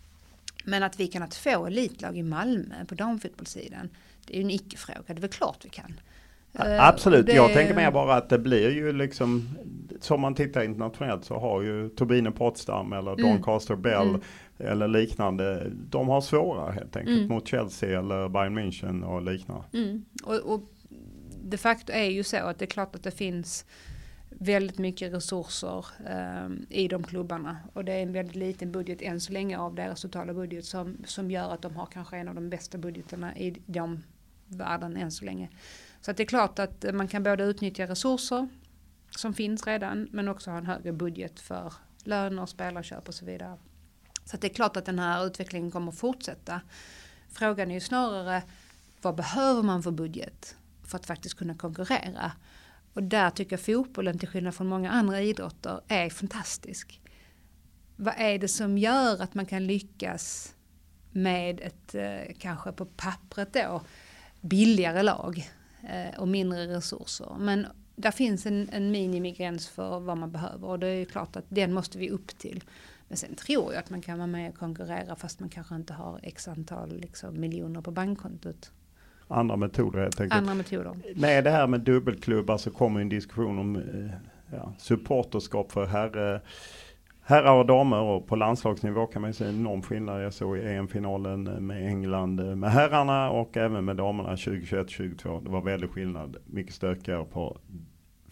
Men att vi kan att få elitlag i Malmö på damfotbollssidan, det är ju en icke-fråga. Det är väl klart vi kan. Ja, absolut, det... jag tänker mer bara att det blir ju liksom, som man tittar internationellt så har ju Turbine Potsdam eller mm. Doncaster Bell mm. eller liknande, de har svårare helt enkelt mm. mot Chelsea eller Bayern München och liknande. Mm. Och, och de facto är ju så att det är klart att det finns väldigt mycket resurser um, i de klubbarna, och det är en väldigt liten budget än så länge av deras totala budget som, som gör att de har kanske en av de bästa budgeterna i de världen än så länge. Så att det är klart att man kan både utnyttja resurser som finns redan, men också ha en högre budget för löner, spelarköp och så vidare. Så att det är klart att den här utvecklingen kommer att fortsätta. Frågan är ju snarare, vad behöver man för budget för att faktiskt kunna konkurrera? Och där tycker jag fotbollen, till skillnad från många andra idrotter, är fantastisk. Vad är det som gör att man kan lyckas med ett, eh, kanske på pappret då, billigare lag eh, och mindre resurser? Men där finns en, en minimigräns för vad man behöver, och det är ju klart att den måste vi upp till. Men sen tror jag att man kan vara med och konkurrera fast man kanske inte har x antal liksom, miljoner på bankkontot. Andra metoder helt enkelt. Andra metoder. Med det här med dubbelklubbar så kommer en diskussion om ja, supporterskap för herre, herrar och damer, och på landslagsnivå kan man ju se en enorm skillnad. Jag såg i E M-finalen med England med herrarna och även med damerna tjugo tjugoett tjugotvå. Det var väldigt skillnad. Mycket stökigare på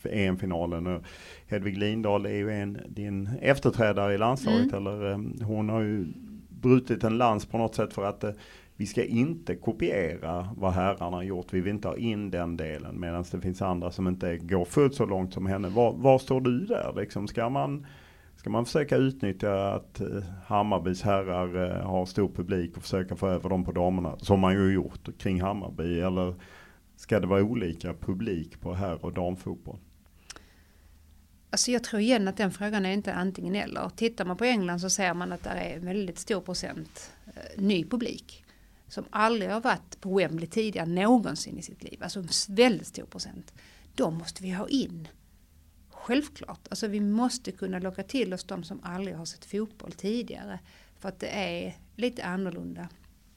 E M-finalen. Och Hedvig Lindahl är ju en, din efterträdare i landslaget. Mm. Eller, um, hon har ju brutit en lans på något sätt för att uh, vi ska inte kopiera vad herrarna har gjort. Vi vill inte ha in den delen, medan det finns andra som inte går fullt så långt som henne. Var, var står du där? Liksom, ska man... Ska man försöka utnyttja att eh, Hammarbys herrar eh, har stor publik och försöka få över dem på damerna, som man ju gjort kring Hammarby, eller ska det vara olika publik på herr- och damfotboll? Alltså jag tror igen att den frågan är inte antingen eller. Tittar man på England så ser man att det är en väldigt stor procent eh, ny publik som aldrig har varit på Wembley tidigare någonsin i sitt liv. Alltså en väldigt stor procent. Då måste vi ha in. Självklart. Alltså vi måste kunna locka till oss de som aldrig har sett fotboll tidigare. För att det är lite annorlunda.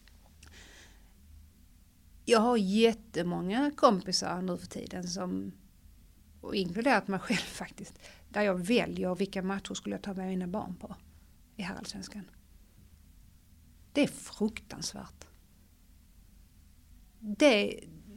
Jag har jättemånga kompisar nu för tiden som, och inkluderat mig själv faktiskt, där jag väljer vilka matcher skulle jag ta med mina barn på i herrallsvenskan. Det är fruktansvärt. Det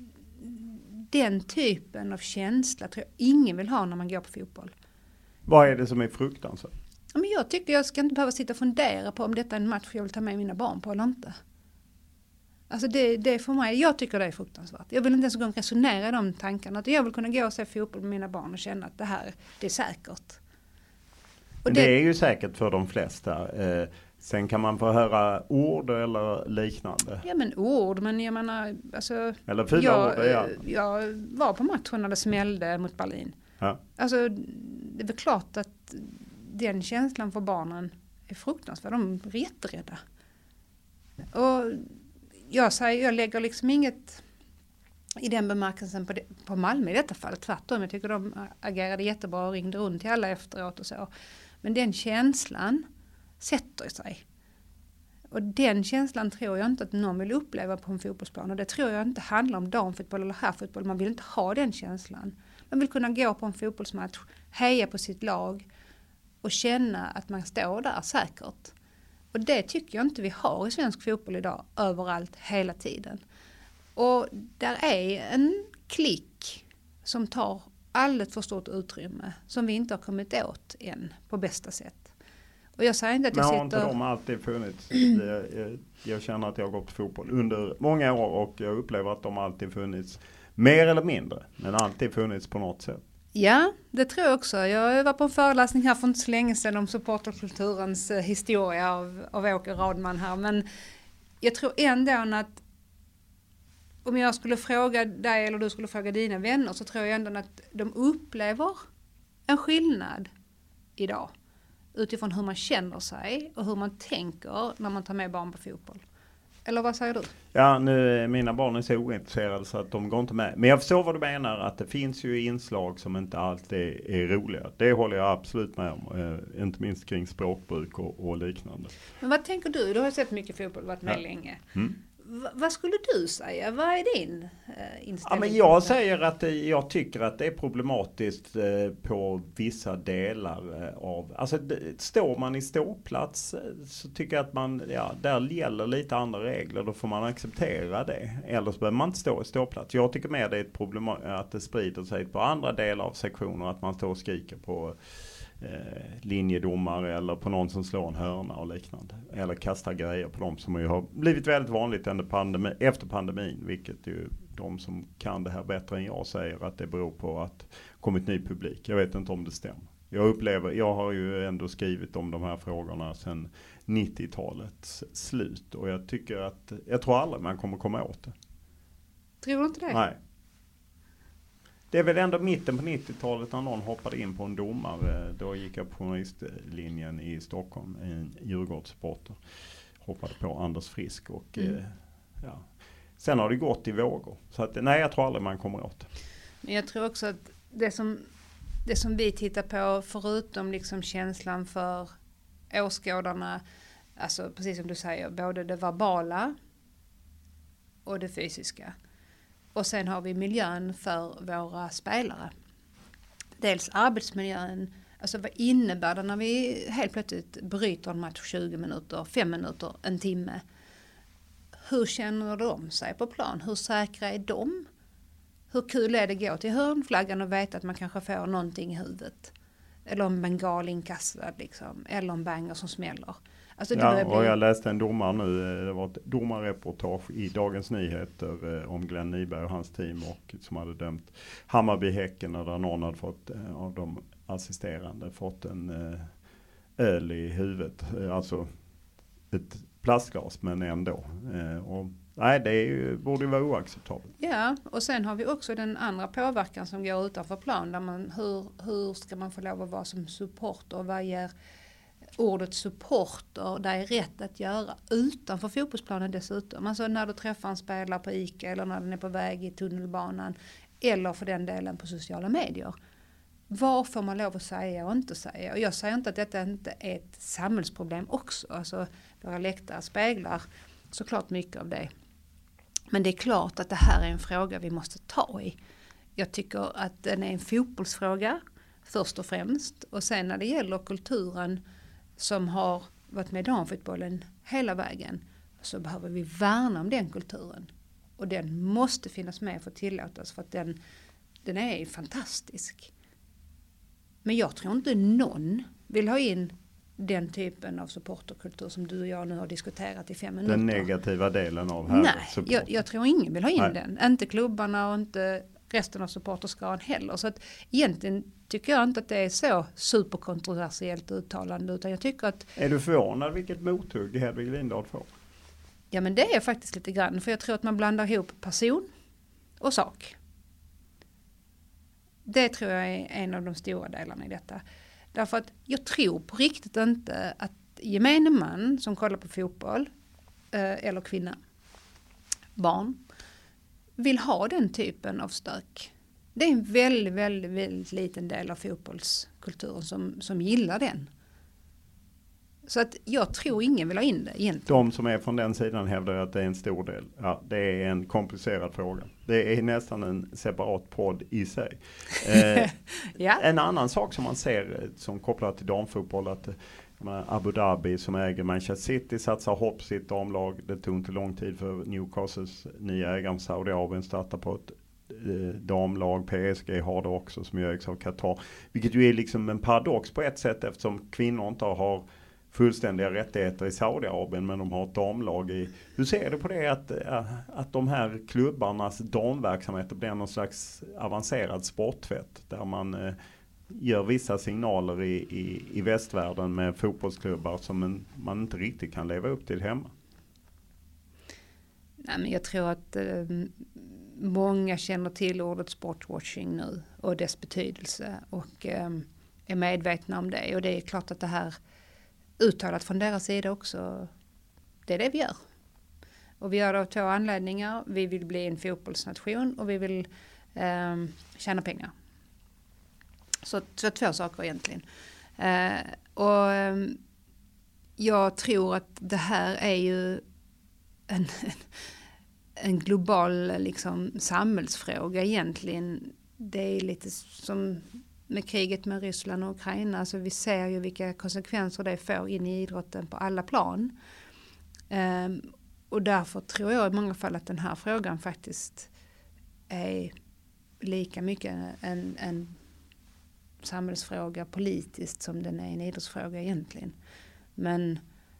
Den typen av känsla tror jag ingen vill ha när man går på fotboll. Vad är det som är fruktansvärt? Men jag tycker jag ska inte behöva sitta och fundera på om detta är en match jag vill ta med mina barn på eller inte. Alltså det, det är för mig, jag tycker det är fruktansvärt. Jag vill inte ens gå och resonera i de tankarna. Jag vill kunna gå och se fotboll med mina barn och känna att det här, det är säkert. Och det, det är ju säkert för de flesta. Eh, sen kan man få höra ord eller liknande. Ja men ord, men jag menar, alltså. Eller fina jag, ord, ja. Jag var på matchen när det smällde mot Berlin. Ja. Alltså det är väl klart att den känslan för barnen är fruktansvärd. De är jätterädda. Och jag säger, jag lägger liksom inget i den bemärkelsen på, det, på Malmö i detta fall. Tvärtom, jag tycker de agerade jättebra och ringde runt till alla efteråt och så. Men den känslan sätter sig. Och den känslan tror jag inte att någon vill uppleva på en fotbollsplan. Och det tror jag inte handlar om damfotboll eller herrfotboll. Man vill inte ha den känslan. Man vill kunna gå på en fotbollsmatch, heja på sitt lag och känna att man står där säkert. Och det tycker jag inte vi har i svensk fotboll idag, överallt, hela tiden. Och där är en klick som tar alldeles för stort utrymme som vi inte har kommit åt än på bästa sätt. Och jag säger inte att jag Men har sitter... inte de alltid funnits? jag, jag, jag känner att jag har gått på fotboll under många år och jag upplever att de alltid funnits mer eller mindre, men alltid funnits på något sätt. Ja, det tror jag också. Jag var på en föreläsning här för inte så länge sedan om supporterkulturens eh, historia av, av Åke Radman här. Men jag tror ändå att om jag skulle fråga dig eller du skulle fråga dina vänner så tror jag ändå att de upplever en skillnad idag. Utifrån hur man känner sig och hur man tänker när man tar med barn på fotboll. Eller vad säger du? Ja, nu mina barn är så ointresserade så att de går inte med. Men jag förstår vad du menar, att det finns ju inslag som inte alltid är, är roliga. Det håller jag absolut med om. Eh, inte minst kring språkbruk och, och liknande. Men vad tänker du? Du har sett mycket fotboll, varit med ja. länge. Mm. V- vad skulle du säga? Vad är din eh, inställning? Ja, men jag säger att det, jag tycker att det är problematiskt eh, på vissa delar eh, av... Alltså det, står man i ståplats eh, så tycker jag att man, ja, där gäller lite andra regler. Då får man acceptera det. Eller så behöver man inte stå i ståplats. Jag tycker mer det är ett problem att det sprider sig på andra delar av sektioner. Att man står och skriker på... Eh, linjedomare eller på någon som slår en hörna och liknande. Eller kastar grejer på dem som ju har blivit väldigt vanligt under pandemi, efter pandemin. Vilket ju de som kan det här bättre än jag säger att det beror på att kommit ny publik. Jag vet inte om det stämmer. Jag upplever, jag har ju ändå skrivit om de här frågorna sedan nittiotalets slut. Och jag tycker att, jag tror aldrig man kommer komma åt det. Tror du inte det? Nej. Det är väl ändå mitten på nittiotalet när någon hoppade in på en domare. Då gick jag på journalistlinjen i Stockholm, en Djurgårdssupporter. Hoppade på Anders Frisk och mm. eh, ja. Sen har det gått i vågor. Så att, nej, jag tror aldrig man kommer åt det. Men jag tror också att det som, det som vi tittar på, förutom liksom känslan för åskådarna, alltså precis som du säger, både det verbala och det fysiska. Och sen har vi miljön för våra spelare. Dels arbetsmiljön. Alltså vad innebär det när vi helt plötsligt bryter en match tjugo minuter, fem minuter, en timme? Hur känner de sig på plan? Hur säkra är de? hur kul är det att gå till hörnflaggan och veta att man kanske får någonting i huvudet? Eller en bengal inkastad liksom. Eller en banger som smäller. Alltså, ja, bli... och jag läste en domare nu. Det var ett domarreportage i Dagens Nyheter eh, om Glenn Nyberg och hans team. Och som hade dömt Hammarby-Häcken där någon hade fått eh, av de assisterande fått en eh, öl i huvudet. Eh, alltså ett plastglas men ändå. Eh, och nej, det är ju, borde ju vara oacceptabelt. Ja, och sen har vi också den andra påverkan som går utanför plan. Där man, hur, hur ska man få lov att vara som supporter? Vad ger ordet supporter dig rätt att göra utanför fotbollsplanen dessutom? Alltså när du träffar en spelare på ICA eller när den är på väg i tunnelbanan. Eller för den delen på sociala medier. Vad får man lov att säga och inte säga? Och jag säger inte att detta inte är ett samhällsproblem också. Alltså våra läktare speglar såklart mycket av det. Men det är klart att det här är en fråga vi måste ta i. Jag tycker att den är en fotbollsfråga först och främst. Och sen när det gäller kulturen som har varit med i damfotbollen hela vägen så behöver vi värna om den kulturen. Och den måste finnas med för att tillåtas för att den, den är fantastisk. Men jag tror inte någon vill ha in den typen av supporterkultur som du och jag nu har diskuterat i fem minuter. Den negativa delen av här. Nej, jag, jag tror ingen vill ha in Nej. den. Inte klubbarna och inte resten av supporterskaran heller. Så att egentligen tycker jag inte att det är så superkontroversiellt uttalande. Utan jag tycker att... Är du förvånad vilket mothugg Hedvig Lindahl får? Ja, men det är faktiskt lite grann. För jag tror att man blandar ihop person och sak. Det tror jag är en av de stora delarna i detta. Därför att jag tror på riktigt inte att gemene man som kollar på fotboll eh, eller kvinna, barn, vill ha den typen av stök. Det är en väldigt, väldigt, väldigt liten del av fotbollskulturen som, som gillar den. Så att jag tror ingen vill ha in det egentligen. De som är från den sidan hävdar att det är en stor del. Ja, det är en komplicerad fråga. Det är nästan en separat podd i sig. Eh, ja. En annan sak som man ser som kopplat till damfotboll att Abu Dhabi som äger Manchester City satsar hopp sitt damlag. Det tog inte lång tid för Newcastles nya ägare Saudiarabien starta på ett eh, damlag. P S G har det också som ägs av Qatar. Vilket ju är liksom en paradox på ett sätt eftersom kvinnor inte har fullständiga rättigheter i Saudiarabien men de har ett damlag i. Hur ser du på det att, att de här klubbarnas damverksamheter blir någon slags avancerad sporttvätt där man eh, gör vissa signaler i, i, i västvärlden med fotbollsklubbar som en, man inte riktigt kan leva upp till hemma? Nej, men jag tror att eh, många känner till ordet sportwashing nu och dess betydelse och eh, är medvetna om det. Och det är klart att det här uttalat från deras sida också, det är det vi gör. Och vi gör det av två anledningar. Vi vill bli en fotbollsnation och vi vill eh, tjäna pengar. Så, så två saker egentligen. Eh, och eh, jag tror att det här är ju en, en global liksom, samhällsfråga egentligen. Det är lite som med kriget med Ryssland och Ukraina. Alltså vi ser ju vilka konsekvenser det får in i idrotten på alla plan. Um, och därför tror jag i många fall att den här frågan faktiskt är lika mycket en, en samhällsfråga politiskt som den är en idrottsfråga egentligen. Men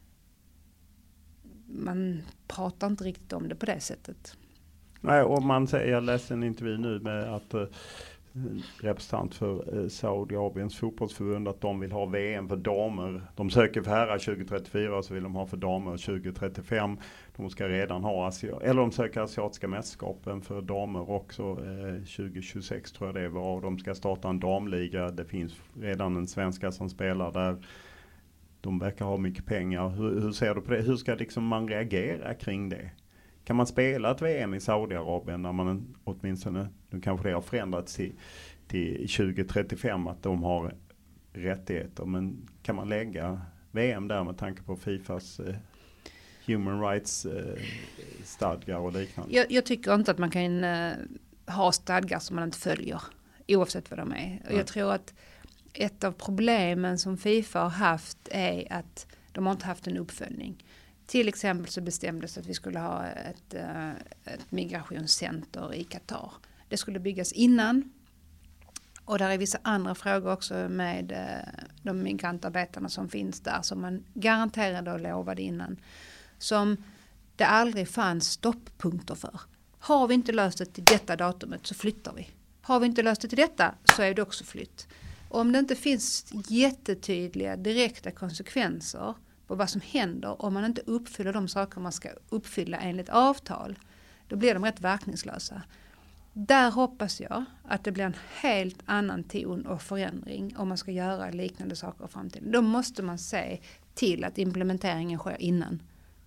man pratar inte riktigt om det på det sättet. Nej, och man säger, jag läste en intervju nu med att uh, representant för eh, Saudiarabiens fotbollsförbund att de vill ha V M för damer. De söker för herrar tjugo trettiofyra så vill de ha för damer tjugo trettiofem. De ska redan ha Asia, eller de söker asiatiska mästerskapen för damer också eh, tjugo tjugosex tror jag det var. Och de ska starta en damliga. Det finns redan en svenska som spelar där. De verkar ha mycket pengar. Hur, hur ser du på det? Hur ska liksom man reagera kring det? Kan man spela ett V M i Saudiarabien när man åtminstone, nu kanske det har förändrats till, till tjugo trettiofem att de har rättigheter, men kan man lägga V M där med tanke på Fifas eh, human rights eh, stadgar och liknande? Jag, jag tycker inte att man kan eh, ha stadgar som man inte följer oavsett vad de är. Och jag tror att ett av problemen som Fifa har haft är att de har inte haft en uppföljning. Till exempel så bestämdes att vi skulle ha ett, ett migrationscenter i Qatar. Det skulle byggas innan. Och där är vissa andra frågor också med eh, de migrantarbetarna som finns där. Som man garanterade och lovade innan. Som det aldrig fanns stopppunkter för. Har vi inte löst det till detta datumet så flyttar vi. Har vi inte löst det till detta så är det också flytt. Och om det inte finns jättetydliga direkta konsekvenser på vad som händer om man inte uppfyller de saker man ska uppfylla enligt avtal, då blir de rätt verkningslösa. Där hoppas jag att det blir en helt annan ton och förändring om man ska göra liknande saker i framtiden. Då måste man se till att implementeringen sker innan.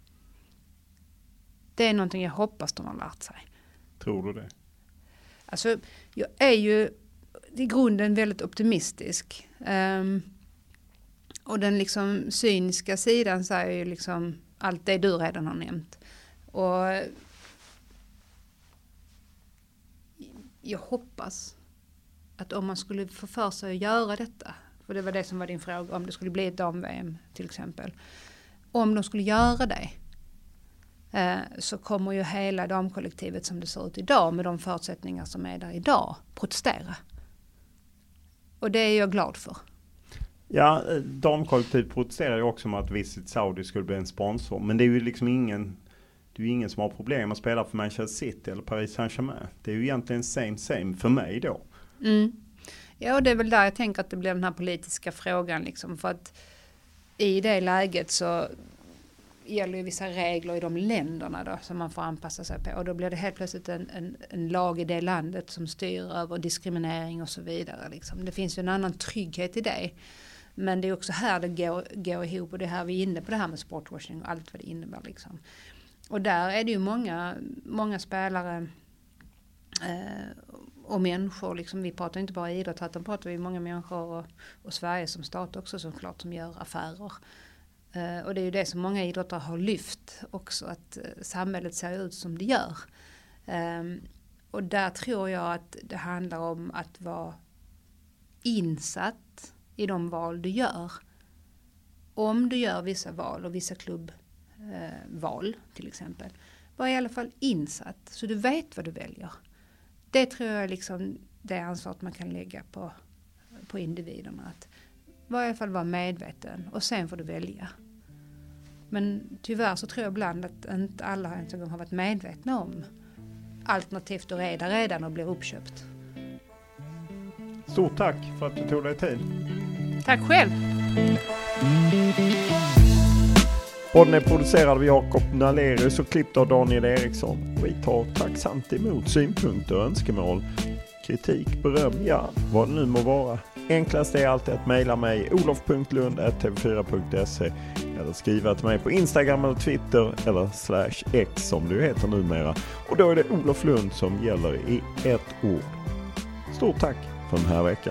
Det är någonting jag hoppas de har lärt sig. Tror du det? Alltså, jag är ju i grunden väldigt optimistisk. Um, och den liksom cyniska sidan säger ju liksom allt det du redan har nämnt. Och jag hoppas att om man skulle få för sig att göra detta, för det var det som var din fråga, om det skulle bli ett dam-V M till exempel. Om de skulle göra det, eh, så kommer ju hela damkollektivet som det ser ut idag med de förutsättningar som är där idag protestera. Och det är jag glad för. Ja, damkollektivet protesterar ju också med att Visit Saudi skulle bli en sponsor. Men det är ju liksom ingen, det är ju ingen som har problem att spela för Manchester City eller Paris Saint-Germain. Det är ju egentligen same same för mig då. Mm. Ja, och det är väl där jag tänker att det blir den här politiska frågan liksom. För att i det läget så gäller ju vissa regler i de länderna då som man får anpassa sig på. Och då blir det helt plötsligt en, en, en lag i det landet som styr över diskriminering och så vidare. Liksom. Det finns ju en annan trygghet i det. Men det är också här det går, går ihop, och det är här vi är inne på det här med sportwashing och allt vad det innebär. Liksom. Och där är det ju många, många spelare eh, och människor. Liksom, vi pratar inte bara idrott, utan pratar vi många människor och, och Sverige som stat också såklart som gör affärer. Uh, och det är ju det som många idrottare har lyft också, att uh, samhället ser ut som det gör. Um, och där tror jag att det handlar om att vara insatt i de val du gör. Om du gör vissa val och vissa klubbval uh, till exempel, var i alla fall insatt så du vet vad du väljer. Det tror jag är liksom det ansvaret man kan lägga på, på individerna. Att var i alla fall vara medveten och sen får du välja. Men tyvärr så tror jag ibland att inte alla ens en gång har varit medvetna om alternativt och redan redan och blir uppköpt. Stort tack för att du tog dig tid. Tack själv. Podden är producerad av Jakob Nalerius och klippt av Daniel Eriksson. Vi tar tacksamt emot synpunkter och önskemål, kritik, beröm, ja, vad det nu må vara. Enklast är alltid att mejla mig olof punkt lund snabel-a t v fyra punkt se eller skriva till mig på Instagram eller Twitter eller slash X som du heter numera. Och då är det Olof Lund som gäller i ett ord. Stort tack för den här veckan.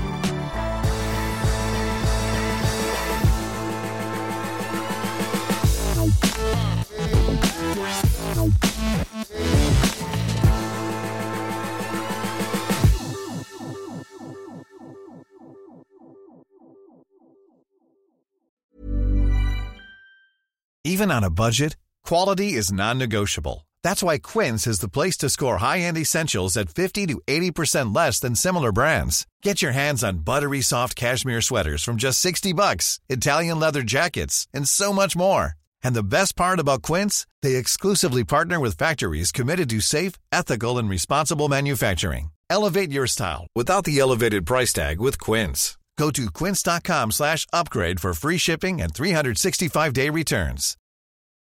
Even on a budget, quality is non-negotiable. That's why Quince is the place to score high-end essentials at fifty to eighty percent less than similar brands. Get your hands on buttery soft cashmere sweaters from just sixty bucks, Italian leather jackets, and so much more. And the best part about Quince, they exclusively partner with factories committed to safe, ethical, and responsible manufacturing. Elevate your style without the elevated price tag with Quince. Go to quince dot com slash upgrade for free shipping and three sixty-five day returns.